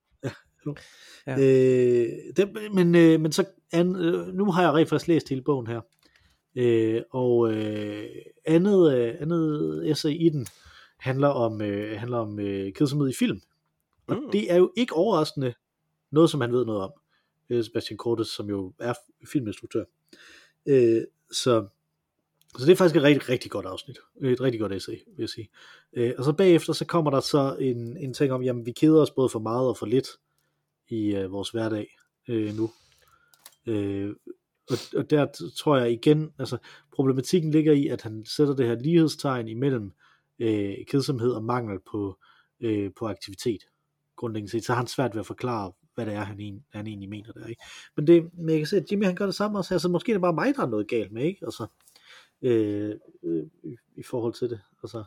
Ja. Øh, det, men, øh, men så an, øh, nu har jeg rent faktisk læst hele bogen her, øh, og øh, andet, øh, andet essay i den handler om, øh, handler om øh, kedsomhed i film, og mm. det er jo ikke overraskende noget, som han ved noget om, øh, Sebastian Cordes, som jo er filminstruktør. Øh, så, så det er faktisk et rigtig, rigtig godt afsnit, et rigtig godt essay, vil jeg sige. Øh, og så bagefter, så kommer der så en, en ting om, jamen vi keder os både for meget og for lidt i øh, vores hverdag øh, nu. Øh, og, og der tror jeg igen, altså problematikken ligger i, at han sætter det her lighedstegn imellem øh, kedsomhed og mangel på, øh, på aktivitet. Grundlæggende set, så har han svært ved at forklare, hvad det er, han, en, han egentlig mener der, ikke? Men, det, men jeg kan se, at Jimmy han gør det samme også her, så måske er det bare mig, der er noget galt med, ikke? Altså, øh, øh, i, i forhold til det. Altså,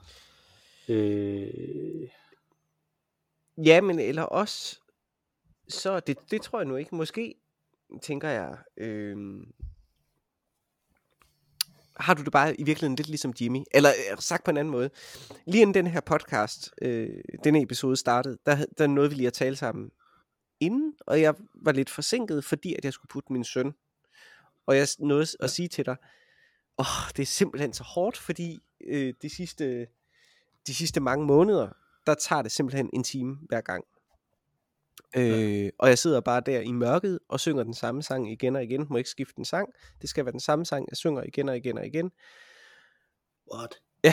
øh... Ja, men eller også så det, det tror jeg nu ikke. Måske tænker jeg, øh, har du det bare i virkeligheden lidt ligesom Jimmy? Eller sagt på en anden måde. Lige inden den her podcast, øh, denne episode startede, der, der nåede vi lige at tale sammen inden, og jeg var lidt forsinket, fordi at jeg skulle putte min søn. Og jeg nåede at sige til dig, åh, oh, det er simpelthen så hårdt, fordi øh, de, sidste, de sidste mange måneder, der tager det simpelthen en time hver gang. Øh, og jeg sidder bare der i mørket og synger den samme sang igen og igen. Må ikke skifte en sang. Det skal være den samme sang, jeg synger igen og igen og igen. What? Ja.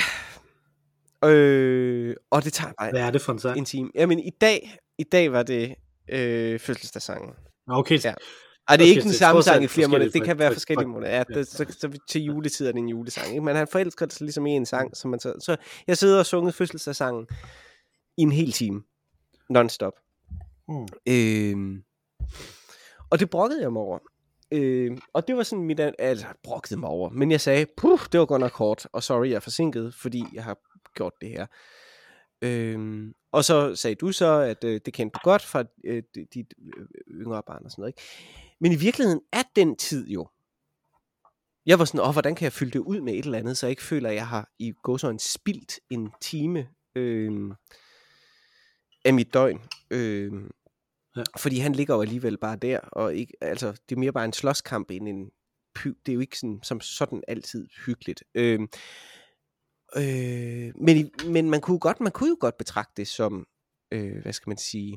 Øh, og det tager bare Hvad er det for en sang? En time. Jamen i dag, i dag var det øh, fødselsdagssangen. Okay. Ja. Ej, det er okay, ikke den samme sang i flere måneder. Det for, kan være for, forskellige for, måneder. Ja, det, så, så til juletid er det en julesang. Ikke? Men han forelsker sig ligesom i en sang. Så, man så, så jeg sidder og sunget fødselsdagssangen i en hel time. Non-stop. Mm. Øh, og det brokkede jeg mig over. Øh, og det var sådan mit, altså brokkede mig over. Men jeg sagde, puh, det var godt nok hårdt. Og sorry, jeg er forsinket, fordi jeg har gjort det her. Øh, og så sagde du så, at øh, det kendte du godt fra øh, dit øh, yngre barn og sådan noget, ikke? Men i virkeligheden er den tid jo. Jeg var sådan, åh, hvordan kan jeg fylde det ud med et eller andet, så jeg ikke føler, at jeg har i gåseøjne spildt en time øh, af mit døgn. Øh, ja. Fordi han ligger jo alligevel bare der, og ikke, altså, det er mere bare en slåskamp end en py. Det er jo ikke sådan, som sådan altid hyggeligt. Øh, øh, men, men man kunne godt, man kunne jo godt betragte det som, øh, hvad skal man sige,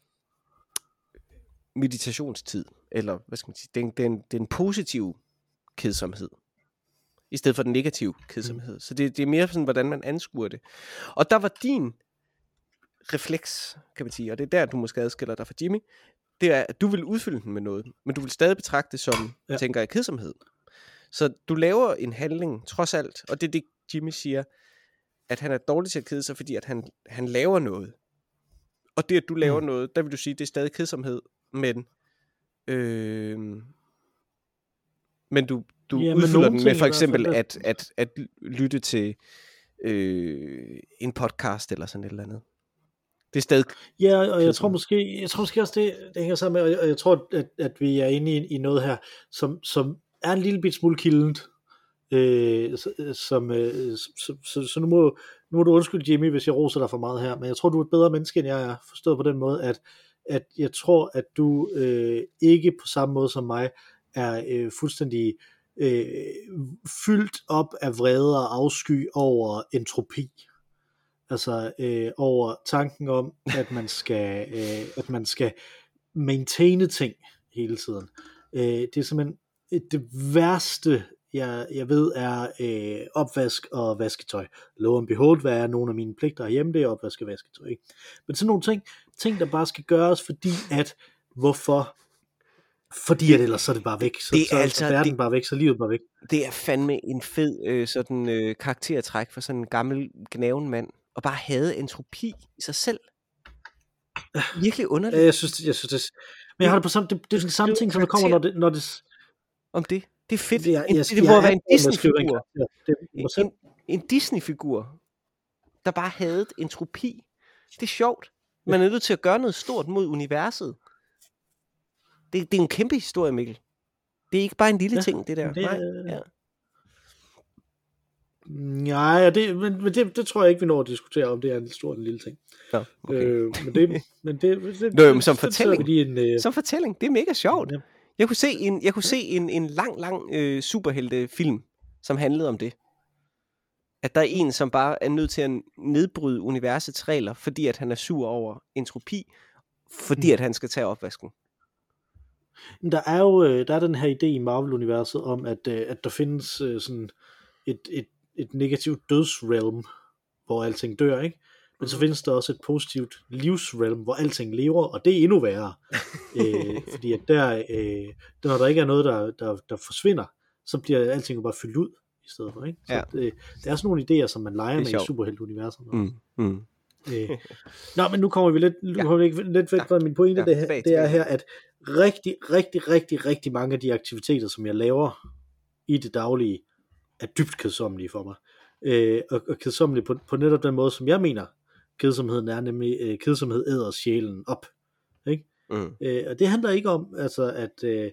meditationstid, eller hvad skal man sige, den, den, den positive kedsomhed, i stedet for den negative kedsomhed. Mm. Så det, det er mere sådan, hvordan man anskuer det. Og der var din refleks, kan man sige, og det er der, du måske adskiller dig fra Jimmy, det er, at du vil udfylde den med noget, men du vil stadig betragte det som, ja. tænker jeg, kedsomhed. Så du laver en handling, trods alt, og det er det, Jimmy siger, at han er dårlig til at kede sig, fordi at han, han laver noget. Og det, at du laver mm. noget, der vil du sige, det er stadig kedsomhed, men, øh, men du, du ja, udfylder den med for eksempel at, at, at lytte til øh, en podcast eller sådan et eller andet. Det er stadig... Ja, og jeg tror måske, jeg tror måske også, det, det hænger sammen med, og jeg, og jeg tror, at, at vi er inde i, i noget her, som, som er en lille bit smule kildent. Øh, som, øh, så, så, så nu må, nu må du undskylde, Jimmy, hvis jeg roser dig for meget her, men jeg tror, du er et bedre menneske, end jeg er, forstået på den måde, at, at jeg tror, at du øh, ikke på samme måde som mig er øh, fuldstændig øh, fyldt op af vrede og afsky over entropi. Altså øh, over tanken om, at man skal, øh, at man skal maintaine ting hele tiden. Øh, det er simpelthen det værste, jeg, jeg ved, er øh, opvask og vasketøj. Lo and behold, hvad er nogle af mine pligter hjemme, det er opvask og vasketøj. Ikke? Men sådan nogle ting, ting, der bare skal gøres, fordi at, hvorfor? Fordi at ellers så er det bare væk. Så, det er så er altså, verden det, bare væk, så livet bare væk. Det er fandme en fed øh, sådan, øh, karaktertræk for sådan en gammel gnaven mand. Og bare havde entropi i sig selv. Virkelig underligt. Jeg synes, jeg synes det, men jeg har det på samme, det, det er den samme ting, som der kommer, når det, når det... Om det. Det er fedt. Det, er, en, jeg, det, det må jeg, være en Disney-figur. En, en, en Disney-figur, der bare havde entropi. Det er sjovt. Man er nødt til at gøre noget stort mod universet. Det, det er en kæmpe historie, Mikkel. Det er ikke bare en lille ja, ting, det der. Det, Nej, ja. Nej, det, men, men det, det tror jeg ikke, vi når at diskutere, om det er en stor eller en lille ting. Ja, okay. øh, men det, men det, det, Nå, men som det, fortælling, det en, uh... som fortælling, det er mega sjovt. Ja. Jeg kunne se en, jeg kunne se en, en lang, lang øh, superheltefilm, som handlede om det. At der er en, som bare er nødt til at nedbryde universets regler, fordi at han er sur over entropi, fordi hmm. at han skal tage opvasken. Der er jo der er den her idé i Marvel-universet om, at, at der findes sådan et, et et negativt dødsrealm, hvor alting dør, ikke? Men så findes der også et positivt livsrealm, hvor alting lever, og det er endnu værre. øh, fordi at der, øh, når der ikke er noget, der, der, der forsvinder, så bliver alting jo bare fyldt ud i stedet for, ikke? Så ja. det, det er sådan nogle idéer, som man leger med sjovt. I superheltuniverset. Mm, mm. øh. Nå, men nu kommer vi lidt, nu ja. kommer vi lidt væk fra ja. min pointe. Ja, det, tilbage, det er her, at rigtig, rigtig, rigtig, rigtig mange af de aktiviteter, som jeg laver i det daglige, er dybt kedsommelige for mig. Øh, og, og kedsommelige på, på netop den måde, som jeg mener, kedsomheden er, nemlig øh, kedsomhed æder sjælen op. Ikke? Mm. Øh, og det handler ikke om, altså, at, øh,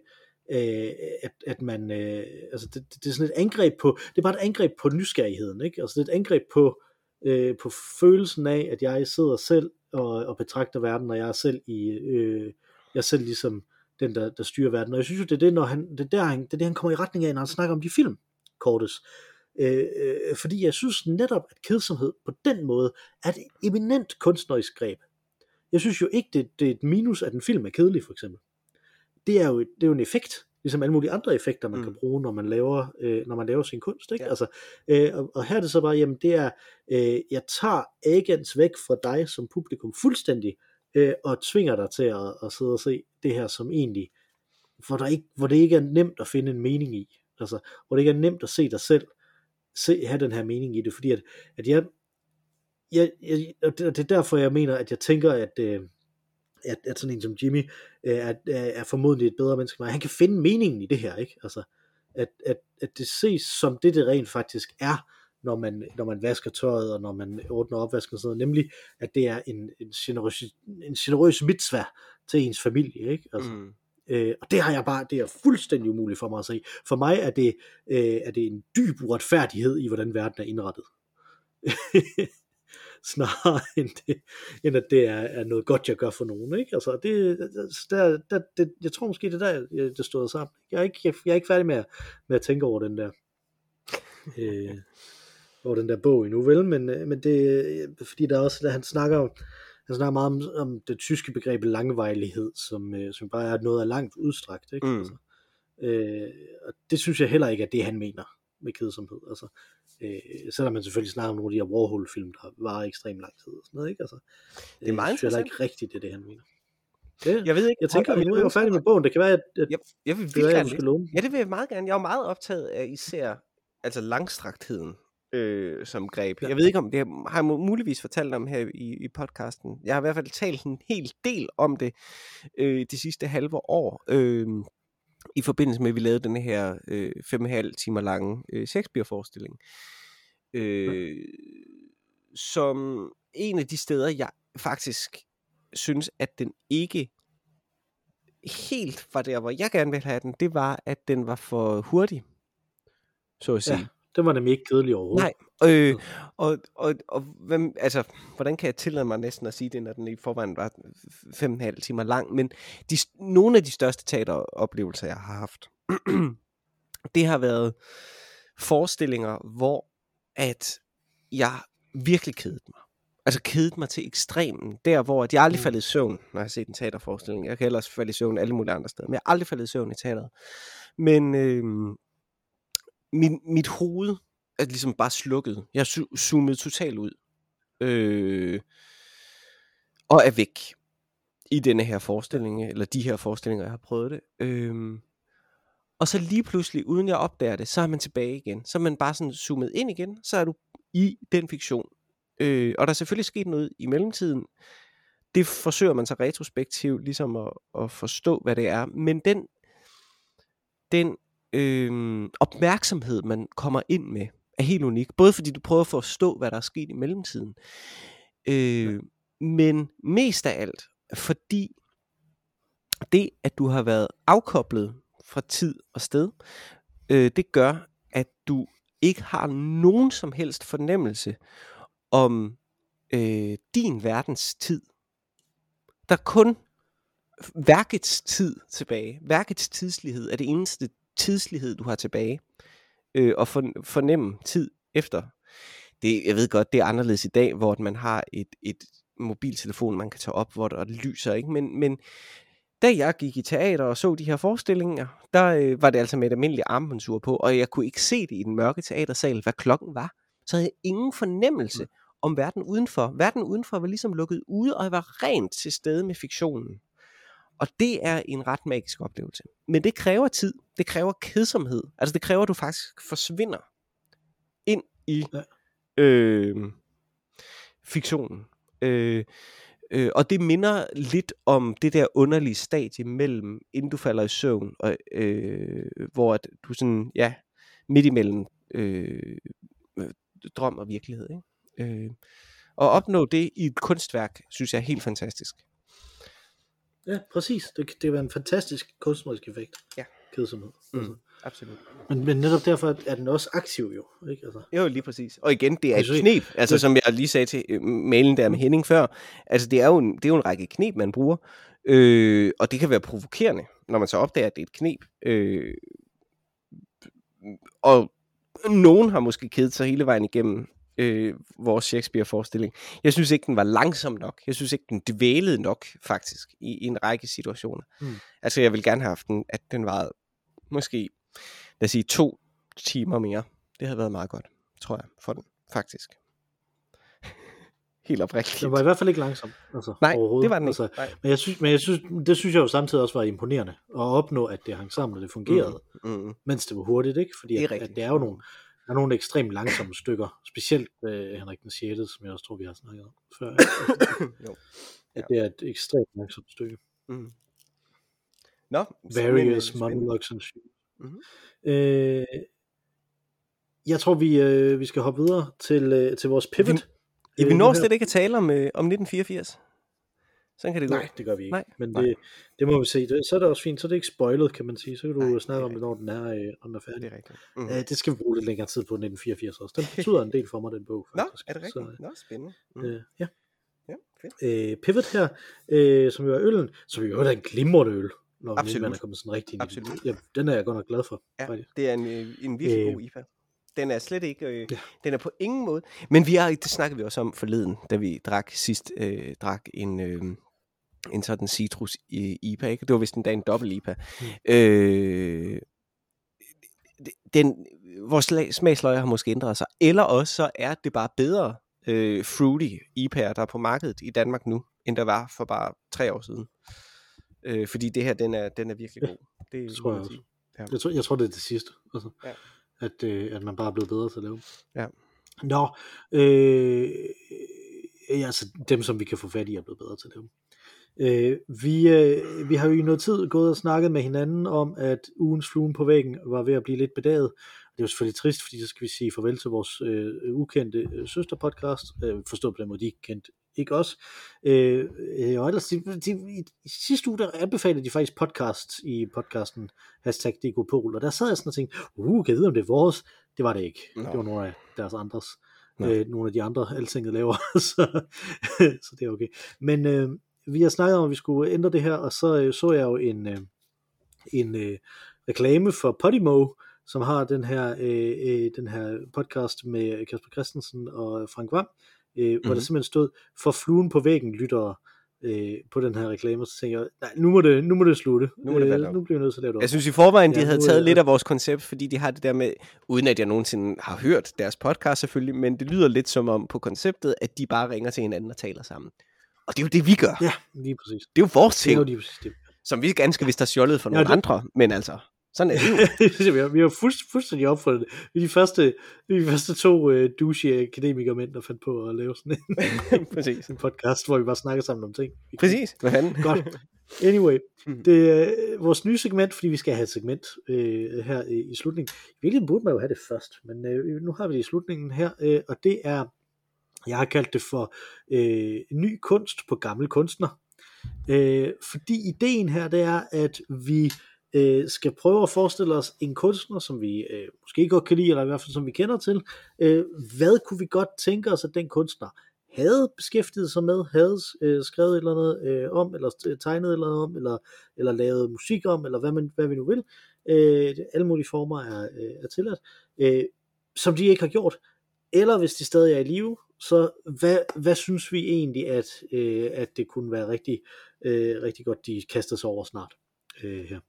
at, at man, øh, altså, det, det er sådan et angreb på, det er bare et angreb på nysgerrigheden, ikke? Altså, det er et angreb på, øh, på følelsen af, at jeg sidder selv og, og betragter verden, og jeg er selv i, øh, jeg er selv ligesom den, der, der styrer verden. Og jeg synes jo, det er det, når han, det er der, han, det er det, han kommer i retning af, når han snakker om de film. Kortes. Øh, øh, fordi jeg synes netop, at kedsomhed på den måde er et eminent kunstnerisk greb. Jeg synes jo ikke, det, det er et minus, at en film er kedelig, for eksempel. Det er jo, det er jo en effekt, ligesom alle mulige andre effekter, man mm. kan bruge, når man laver, øh, når man laver sin kunst. Ikke? Ja. Altså, øh, og, og her er det så bare, jamen det er, øh, jeg tager agens væk fra dig som publikum fuldstændig, øh, og tvinger dig til at, at sidde og se det her som egentlig, hvor, der ikke, hvor det ikke er nemt at finde en mening i. Altså, hvor det ikke er nemt at se dig selv se, have den her mening i det, fordi at, at jeg, jeg, jeg og det er derfor jeg mener, at jeg tænker, at, øh, at, at sådan en som Jimmy øh, er, er formodentlig et bedre menneske, men han kan finde meningen i det her, ikke? Altså, at, at, at det ses som det, det rent faktisk er, når man, når man vasker tøjet, og når man ordner opvasken og sådan noget, nemlig, at det er en, en, generøs, en generøs mitzvah til ens familie, ikke? Altså, mm. Øh, og det har jeg bare, det er fuldstændig umuligt for mig at se. For mig er det, øh, er det en dyb uretfærdighed i, hvordan verden er indrettet. Snarere end, det, end at det er, er noget godt, jeg gør for nogen. Ikke? Altså, det, der, der, det, jeg tror måske, det der, det stod sammen. Jeg er ikke, jeg, jeg er ikke færdig med at, med at tænke over den der, øh, over den der bog endnu, vel? Men, men det, fordi der også, der han snakker Han snakker meget om, om det tyske begreb langvejlighed, som, øh, som bare er noget af langt udstrakt. Ikke? Mm. Altså, øh, og det synes jeg heller ikke er det, han mener med kedsomhed. Altså, øh, selvom man selvfølgelig snakker om nogle af de her Warhol-film, der varer ekstremt lang tid. Og sådan noget, ikke? Altså, det er meget interessant. Det er ikke rigtigt, det er det, han mener. Det, jeg ved ikke, jeg tænker, at nu er jeg færdig med bogen. Det kan være, at, at jeg, jeg vil det være, jeg skal låne. Ja, det vil jeg meget gerne. Jeg er meget optaget af især altså langstragtheden øh, som greb. Ja. Jeg ved ikke om det har jeg muligvis fortalt om her i, i podcasten. Jeg har i hvert fald talt en hel del om det øh, de sidste halve år, øh, i forbindelse med, at vi lavede den her øh, fem og en halv timer lange øh, Shakespeare-forestilling. Øh, ja. Som en af de steder, jeg faktisk synes, at den ikke helt var der, hvor jeg gerne ville have den, det var, at den var for hurtig, så at sige. Ja. Det var nemlig ikke kedelig overhovedet. Nej, øh, og, og, og hvem, altså, hvordan kan jeg tillade mig næsten at sige det, når den i forvejen var fem og en halv timer lang, men de, nogle af de største teateroplevelser, jeg har haft, det har været forestillinger, hvor at jeg virkelig kedede mig. Altså kedede mig til ekstremen, der hvor at jeg aldrig faldet i søvn, når jeg har set en teaterforestilling. Jeg kan ellers falde i søvn alle mulige andre steder, men jeg har aldrig faldet i søvn i teateret. Men øh, min, mit hoved er ligesom bare slukket. Jeg er zo- zoomet totalt ud. Øh, og er væk i denne her forestilling, eller de her forestillinger, jeg har prøvet det. Øh, og så lige pludselig, uden jeg opdager det, så er man tilbage igen. Så er man bare sådan zoomet ind igen, så er du i den fiktion. Øh, og der er selvfølgelig sket noget i mellemtiden. Det forsøger man så retrospektivt ligesom at, at forstå, hvad det er. Men den, den øh, opmærksomhed, man kommer ind med, er helt unik. Både fordi du prøver at forstå, hvad der er sket i mellemtiden. Øh, men mest af alt, fordi det, at du har været afkoblet fra tid og sted, øh, det gør, at du ikke har nogen som helst fornemmelse om øh, din verdens tid. Der er kun værkets tid tilbage. Værkets tidslighed er det eneste tidslighed, du har tilbage. Øh, og for, fornemme tid efter. Det, jeg ved godt, det er anderledes i dag, hvor man har et, et mobiltelefon, man kan tage op, hvor der lyser, ikke? Men, men da jeg gik i teater og så de her forestillinger, der øh, var det altså med et almindeligt armbåndsur på, og jeg kunne ikke se det i den mørke teatersal, hvad klokken var. Så havde jeg ingen fornemmelse mm. om verden udenfor. Verden udenfor var ligesom lukket ude, og jeg var rent til stede med fiktionen. Og det er en ret magisk oplevelse. Men det kræver tid. Det kræver kedsomhed. Altså det kræver, at du faktisk forsvinder ind i ja. øh, fiktionen. Øh, øh, og det minder lidt om det der underlige stadie mellem, inden du falder i søvn, og, øh, hvor at du sådan, ja, midt imellem øh, drøm og virkelighed. Ikke? Øh, og opnå det i et kunstværk, synes jeg er helt fantastisk. Ja, præcis. Det, det var en fantastisk kunstnerisk effekt. Ja. Kedsomhed. Mm, altså. Absolut. Men, men netop derfor er den også aktiv jo. Ikke? Altså. Jo, lige præcis. Og igen, det er et knep. Altså som jeg lige sagde til mailen der med Henning før. Altså det er jo en, det er jo en række knep, man bruger. Øh, og det kan være provokerende, når man så opdager, at det er et knep. Øh, og nogen har måske kedet sig hele vejen igennem Øh, vores Shakespeare-forestilling. Jeg synes ikke, den var langsom nok. Jeg synes ikke, den dvælede nok, faktisk, i, i en række situationer. Mm. Altså, jeg vil gerne have haft den, at den var måske, lad os sige, to timer mere. Det havde været meget godt, tror jeg, for den, faktisk. Helt oprigtigt. Den var i hvert fald ikke langsom. Altså, Nej, det var den ikke. Altså, men jeg synes, men jeg synes, det synes jeg jo samtidig også var imponerende, at opnå, at det hang sammen, og det fungerede, mm. Mm. mens det var hurtigt, ikke? Fordi det er, at, at det er jo nogle Der er nogle ekstremt langsomme stykker, specielt øh, Henrik den sjette, som jeg også tror, vi har snakket om før. jo. At ja. Det er et ekstremt langsomt stykke. Mm. Nå, Various monologues and shit. Mm-hmm. Øh, jeg tror, vi, øh, vi skal hoppe videre til, øh, til vores pivot. Vi, øh, vi når slet ikke at tale om, øh, om nitten fireogfirs. Sådan kan det gå. Nej, det gør vi ikke. Nej, Men nej. Det, det må vi se. Så er det også fint. Så er det ikke spoilet, kan man sige. Så kan du nej, snakke om det, når den er, øh, når den er færdig. Det er rigtigt. Mm. Æh, det skal vi bruge lidt længere tid på nitten fireogfirs også. Den betyder en del for mig, den bog. Faktisk. Nå, er det rigtigt? Så, Nå, spændende. Mm. Øh, ja. Ja, fedt. Øh, pivot her, øh, som jo er øllen, som jo er en glimrende øl, når man er kommet sådan rigtig ind i det. Ja, den er jeg godt nok glad for. Ja, faktisk. Det er en, en virkelig øh, god I P A. Den er slet ikke, øh, ja. Den er på ingen måde, men vi har, det snakkede vi også om forleden, da vi drak sidst, øh, drak en, øh, en sådan citrus I P A, ikke? Det var vist endda en dobbelt I P A. Mm. Øh, den, vores smagsløg har måske ændret sig, eller også så er det bare bedre øh, fruity I P A'er, der er på markedet i Danmark nu, end der var for bare tre år siden. Øh, fordi det her, den er, den er virkelig god. Det, det tror jeg også. Ja. Jeg, tror, jeg tror, det er det sidste. Altså, ja. at, øh, at man bare er blevet bedre til at lave. Ja. Nå, øh, ja, altså dem, som vi kan få fat i, er blevet bedre til det. Øh, vi, øh, vi har jo i noget tid gået og snakket med hinanden om, at ugens fluen på væggen var ved at blive lidt bedaget. Det er jo selvfølgelig trist, fordi så skal vi sige farvel til vores øh, ukendte øh, søsterpodcast, øh, forstået på den måde, de kendte ikke os. Øh, og ellers, de, de, i, i sidste uge, der anbefalede de faktisk podcast i podcasten, hashtag Dekopol, og der sad jeg sådan og tænkte, uh, kan jeg vide, om det er vores? Det var det ikke. No. Det var nogle af deres andres. No. Øh, nogle af de andre, Altinget laver, så, så det er okay. Men øh, vi har snakket om, at vi skulle ændre det her, og så øh, så jeg jo en, øh, en øh, reklame for Podimo, som har den her, øh, øh, den her podcast med Kasper Christensen og Frank Hvam, øh, mm-hmm. hvor der simpelthen stod, for fluen på væggen lyttere øh, på den her reklame, så tænker jeg, nej, nu må det, nu må det slutte. Nu, må det øh, nu bliver vi nødt til at lave det op. Jeg synes i forvejen, de ja, havde nu, taget øh, lidt af vores koncept, fordi de har det der med, uden at jeg nogensinde har hørt deres podcast selvfølgelig, men det lyder lidt som om på konceptet, at de bare ringer til hinanden og taler sammen. Og det er jo det, vi gør. Ja, lige præcis. Det er jo vores ting, det er jo lige præcis det. Som vi ganske vist har stjålet for nogle ja, det... andre, men altså, sådan er det jo. vi har, vi har fuldstændig, fuldstændig opfundet det. Vi er de første, vi er de første to uh, douche akademikermænd, der fandt på at lave sådan en, præcis. en podcast, hvor vi bare snakker sammen om ting. Præcis, hvad fanden? Godt. Anyway, det er uh, vores nye segment, fordi vi skal have et segment uh, her i, i slutningen. I virkeligheden burde man jo have det først, men uh, nu har vi det i slutningen her, uh, og det er, jeg har kaldt det for uh, ny kunst på gammel kunstner. Uh, fordi ideen her, det er, at vi øh, skal prøve at forestille os en kunstner, som vi øh, måske godt kan lide, eller i hvert fald som vi kender til. Øh, hvad kunne vi godt tænke os, at den kunstner havde beskæftiget sig med, havde øh, skrevet et eller andet øh, om, eller tegnet et eller andet om, eller, eller lavet musik om, eller hvad, man, hvad vi nu vil. Øh, alle mulige former er, øh, er tilladt, øh, som de ikke har gjort. Eller hvis de stadig er i live, så hvad, hvad synes vi egentlig, at, øh, at det kunne være rigtig, øh, rigtig godt, de kaster sig over snart øh, her.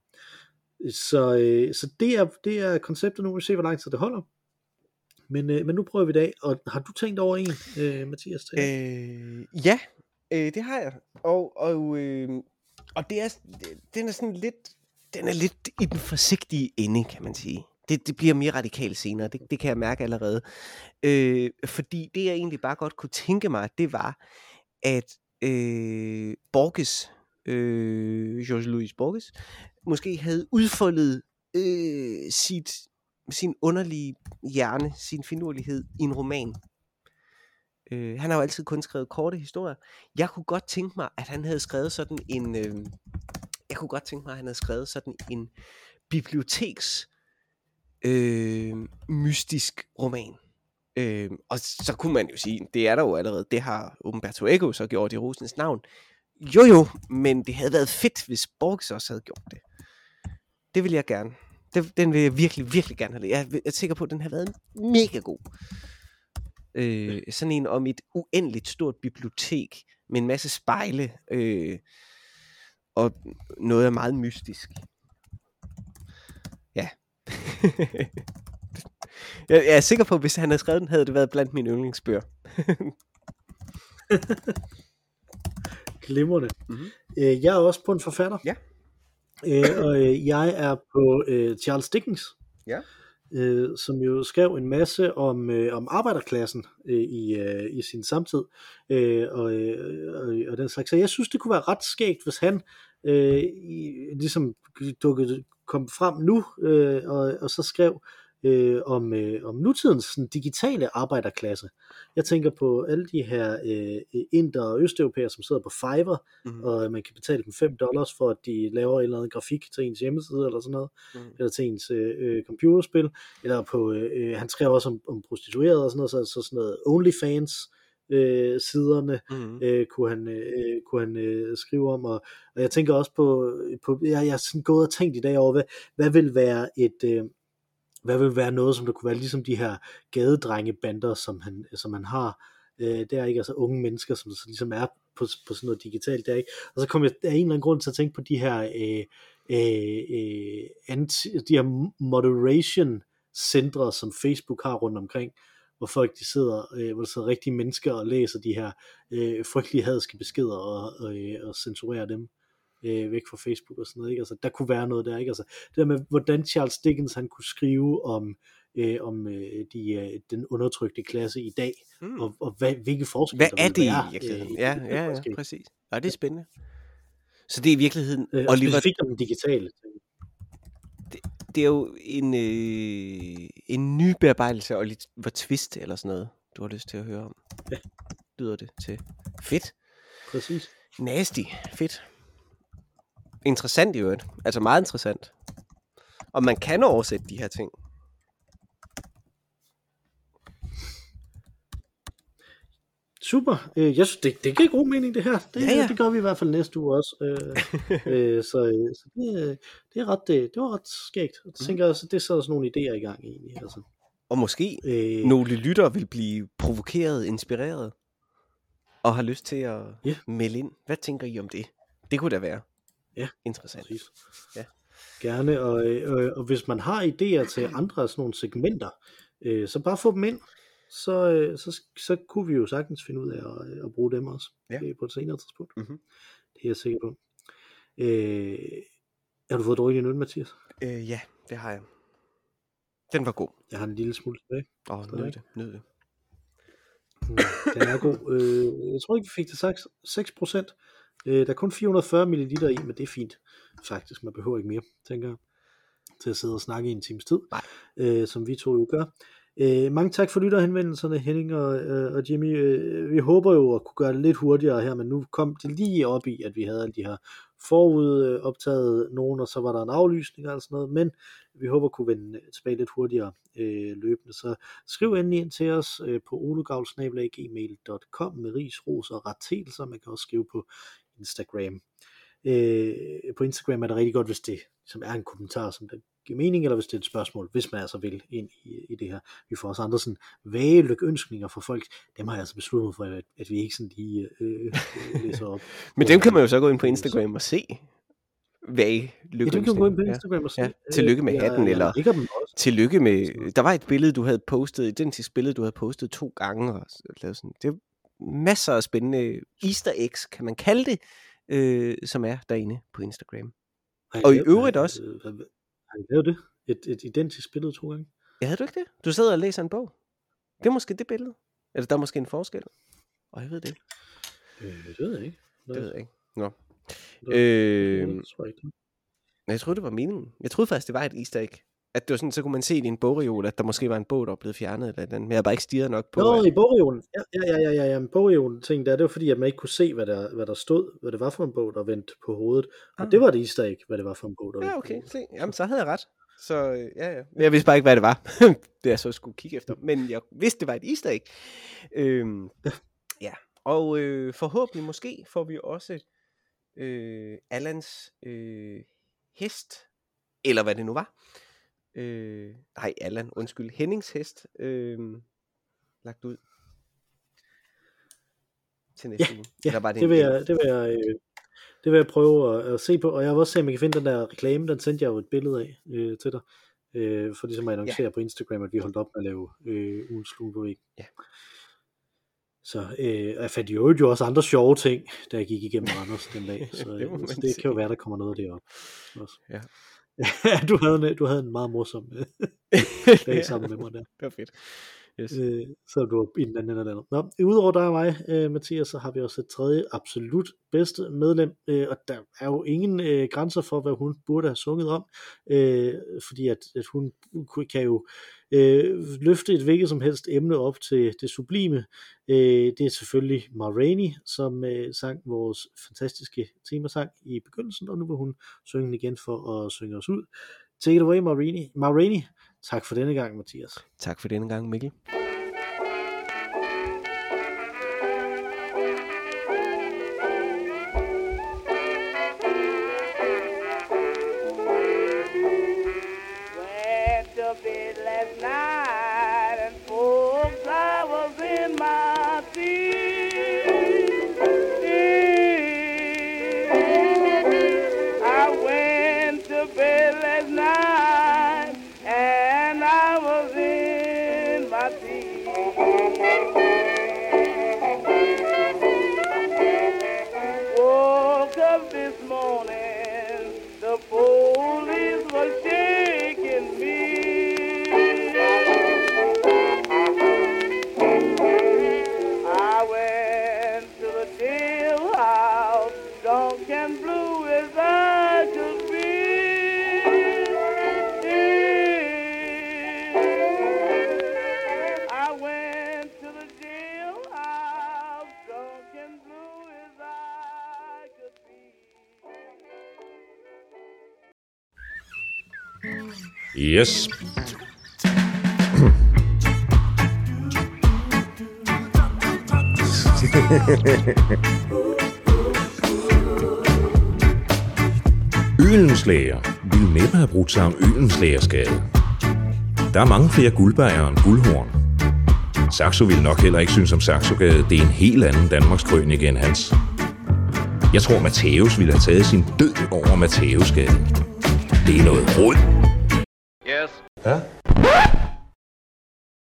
Så, øh, så det, er, det er konceptet nu, vi ser, hvor lang tid det holder. Men, øh, men nu prøver vi det af, og har du tænkt over en, øh, Mathias? Øh, ja, øh, det har jeg. Og, og, øh, og det er, den er sådan lidt, den er lidt i den forsigtige ende, kan man sige. Det, det bliver mere radikalt senere, det, det kan jeg mærke allerede. Øh, fordi det jeg egentlig bare godt kunne tænke mig, det var, at øh, Borges, øh, Georges-Louis Borges, måske havde udfoldet øh, sit, sin underlige hjerne, sin finurlighed i en roman. Øh, han har jo altid kun skrevet korte historier. Jeg kunne godt tænke mig, at han havde skrevet sådan en, øh, jeg kunne godt tænke mig, at han havde skrevet sådan en biblioteks øh, mystisk roman. Øh, og så kunne man jo sige, det er der jo allerede, det har Umberto Eco så gjort i Rosens navn. Jo jo, men det havde været fedt, hvis Borges også havde gjort det. Det vil jeg gerne. Det, den vil jeg virkelig, virkelig gerne have. Jeg er sikker på, at den har været mega god. Øh, sådan en om et uendeligt stort bibliotek med en masse spejle øh, og noget er meget mystisk. Ja. Jeg er sikker på, at hvis han havde skrevet den, havde det været blandt mine yndlingsbøger. Glimrende. Mm-hmm. Øh, jeg er også på en forfatter. Ja. Øh, og øh, jeg er på øh, Charles Dickens. Ja. Øh, som jo skrev en masse om, øh, om arbejderklassen øh, i, øh, i sin samtid. Øh, og, øh, og, og den slags. Så jeg synes, det kunne være ret skægt, hvis han øh, i, ligesom dukkede, kom frem nu, øh, og, og så skrev øh, om, øh, om nutidens sådan, digitale arbejderklasse. Jeg tænker på alle de her øh, inder og østeuropæere, som sidder på Fiverr, mm-hmm. og man kan betale dem fem dollars for, at de laver en eller anden grafik til ens hjemmeside, eller sådan noget, mm-hmm. eller til ens øh, computerspil, eller på, øh, han skrev også om, om prostituerede og sådan noget, så, så sådan noget OnlyFans, Øh, siderne mm-hmm. øh, kunne han, øh, kunne han øh, skrive om, og, og jeg tænker også på, på jeg, jeg har sådan gået og tænkt i dag over, hvad, hvad vil være et øh, hvad vil være noget, som der kunne være ligesom de her gadedrengebander, som han, som han har, øh, det er ikke, altså unge mennesker, som så ligesom er på, på sådan noget digitalt, der ikke, og så kom jeg af en eller anden grund til at tænke på de her øh, øh, øh, anti, de her moderation centre, som Facebook har rundt omkring, hvor folk de sidder, øh, hvor der sidder rigtige mennesker og læser de her øh, frygtelige hadske beskeder og, og, øh, og censurerer dem øh, væk fra Facebook og sådan noget, ikke? Altså, der kunne være noget der, ikke? Altså, det der med, hvordan Charles Dickens han kunne skrive om øh, om øh, de, øh, den undertrykte klasse i dag, Mm. og, og hvad, hvilke forskelle Hvad der er vil det i være. virkeligheden? Øh, Ja, i det, ja, ja, måske. præcis. Ja, det er spændende. Så det er i virkeligheden, Øh, og Oliver, specifikt om den digitale. det, det er jo en, øh, en ny bearbejdelse og lidt hvor twist eller sådan noget, du har lyst til at høre om. Ja. Lyder det til. Fedt. Præcis. Nasty. Fedt. Interessant i øvrigt. Altså meget interessant. Og man kan oversætte de her ting. Super. Øh, jeg synes, det, det giver god mening, det her. Det, Ja, ja. det gør vi i hvert fald næste uge også. Øh, øh, så øh, så det, det, er ret, det, det var ret skægt. Jeg tænker også, det er så sådan nogle idéer i gang egentlig. Altså. Og måske Øh, nogle lyttere vil blive provokeret, inspireret, og har lyst til at Ja. melde ind. Hvad tænker I om det? Det kunne da være Ja, interessant. præcis. Ja. Gerne, og, øh, og hvis man har idéer til andre af sådan nogle segmenter, øh, så bare få dem ind. Så, øh, så, så kunne vi jo sagtens finde ud af at, at bruge dem også Ja. øh, på et senere tidspunkt. Mhm. Det er jeg sikker på. Øh, har du fået drukket en øl, Mathias? Øh, ja, det har jeg. Den var god. Jeg har en lille smule tilbage. Åh, Stadig. nød det, nød det. Mm, Den er god. Øh, jeg tror ikke, vi fik det sagt seks procent. Øh, der er kun fire hundrede og fyrre milliliter i, men det er fint. Faktisk, man behøver ikke mere, tænker jeg, til at sidde og snakke i en times tid, Nej. øh, som vi to jo gør. Øh, mange tak for lytterhenvendelserne, Henning og, øh, og Jimmy. Øh, vi håber jo at kunne gøre det lidt hurtigere her, men nu kom det lige op i, at vi havde alle de her forudoptaget nogen, og så var der en aflysning og sådan noget, men vi håber at kunne vende tilbage lidt hurtigere øh, løbende. Så skriv endelig ind til os øh, på olegavl snabel-a gmail punktum com med ris, ros og rettelser. Man kan også skrive på Instagram. Øh, på Instagram er det rigtig godt, hvis det som er en kommentar, som der giver mening, eller hvis det er et spørgsmål, hvis man altså vil ind i, i det her. Vi får også andre sådan vage lykønskninger fra folk. Dem har jeg altså besluttet for, at, at vi ikke sådan lige øh, læser op. Men dem kan man jo så gå ind på Instagram og se. Vage Ja, dem kan man gå ind på lykkeønskninger. Instagram og se. Ja. Tillykke med Jeg- hatten, jeg eller lægger dem også. tillykke med... Der var et billede, du havde postet, et identisk billede, du havde postet to gange. Og lavet sådan. Det er masser af spændende easter eggs, kan man kalde det, øh, som er derinde på Instagram. Har I Og i lavet- øvrigt har I- også- øh, hvad- hvad- Har I lavet det? Et, et identisk billede to gange? Ja, havde du ikke det? Du sidder og læser en bog. Det er måske det billede. Eller der er måske en forskel. Og jeg ved det ikke. Øh, det ved jeg ikke. Det ved jeg ikke. Nå. Det- Øh, det tror jeg ikke. jeg troede, det var meningen. Jeg troede faktisk, det var et easter egg. At det var sådan, så kunne man se i din bogreol, at der måske var en bog, der var blevet fjernet. Eller andet. Men jeg har bare ikke stirret nok på. Nå, at- i bogreolen. Ja, ja, ja, ja, ja, ja. Bogreolen ting der, det var fordi, at man ikke kunne se, hvad der, hvad der stod, hvad det var for en bog, der vendte på hovedet. Og Ah. det var det easter egg, hvad det var for en bog, der vendte Ja, på okay. hovedet. Se. Jamen, så havde jeg ret. Så øh, ja, ja. Men jeg vidste bare ikke, hvad det var. det jeg så skulle kigge efter. Men jeg vidste, det var et easter egg. Øhm, ja. Og øh, forhåbentlig måske får vi også øh, Allans øh, hest, eller hvad det nu var. Øh, nej, Allan, undskyld. Hennings hest øh, lagt ud til næste uge. Ja, Eller var det vil jeg, det vil jeg, øh, det vil jeg prøve at, at se på, og jeg vil også se, om jeg kan finde den der reklame, den sendte jeg jo et billede af øh, til dig, øh, for ligesom at annoncere ja. på Instagram, at vi holdt op med at lave øh, ugens flue på væggen. Ja. Så øh, jeg fandt jo jo også andre sjove ting, da jeg gik igennem Randers den dag, så, Det må øh, man så det sige. kan jo være, der kommer noget af det op. Også. Ja. du, havde en, du havde en meget morsom øh, dag sammen med mig der. Det var fedt. Yes. Øh, så du var i den anden ende af landet. Nå, udover dig og mig, øh, Mathias, så har vi også et tredje absolut bedste medlem, øh, og der er jo ingen øh, grænser for, hvad hun burde have sunget om, øh, fordi at, at hun kan jo øh, løfte et hvilket som helst emne op til det sublime. Øh, det er selvfølgelig Ma Rainey, som øh, sang vores fantastiske temasang i begyndelsen, og nu vil hun synge den igen for at synge os ud. Take it away, Ma Rainey. Ma Rainey. Tak for denne gang, Mathias. Tak for denne gang, Mikkel. Went to bed last night and folks, I was in my seat. I went to bed last night and I was in my seat. Yes. Ølenslager ville næppe have brugt sig om Ølenslagerskade. Der er mange flere guldbager end guldhorn. Saxo ville nok heller ikke synes om Saxogade. Det er en helt anden Danmarks krønike end hans. Jeg tror, Matthæus ville have taget sin død over Matthæusgade. Det er noget rod. Yes. Ja?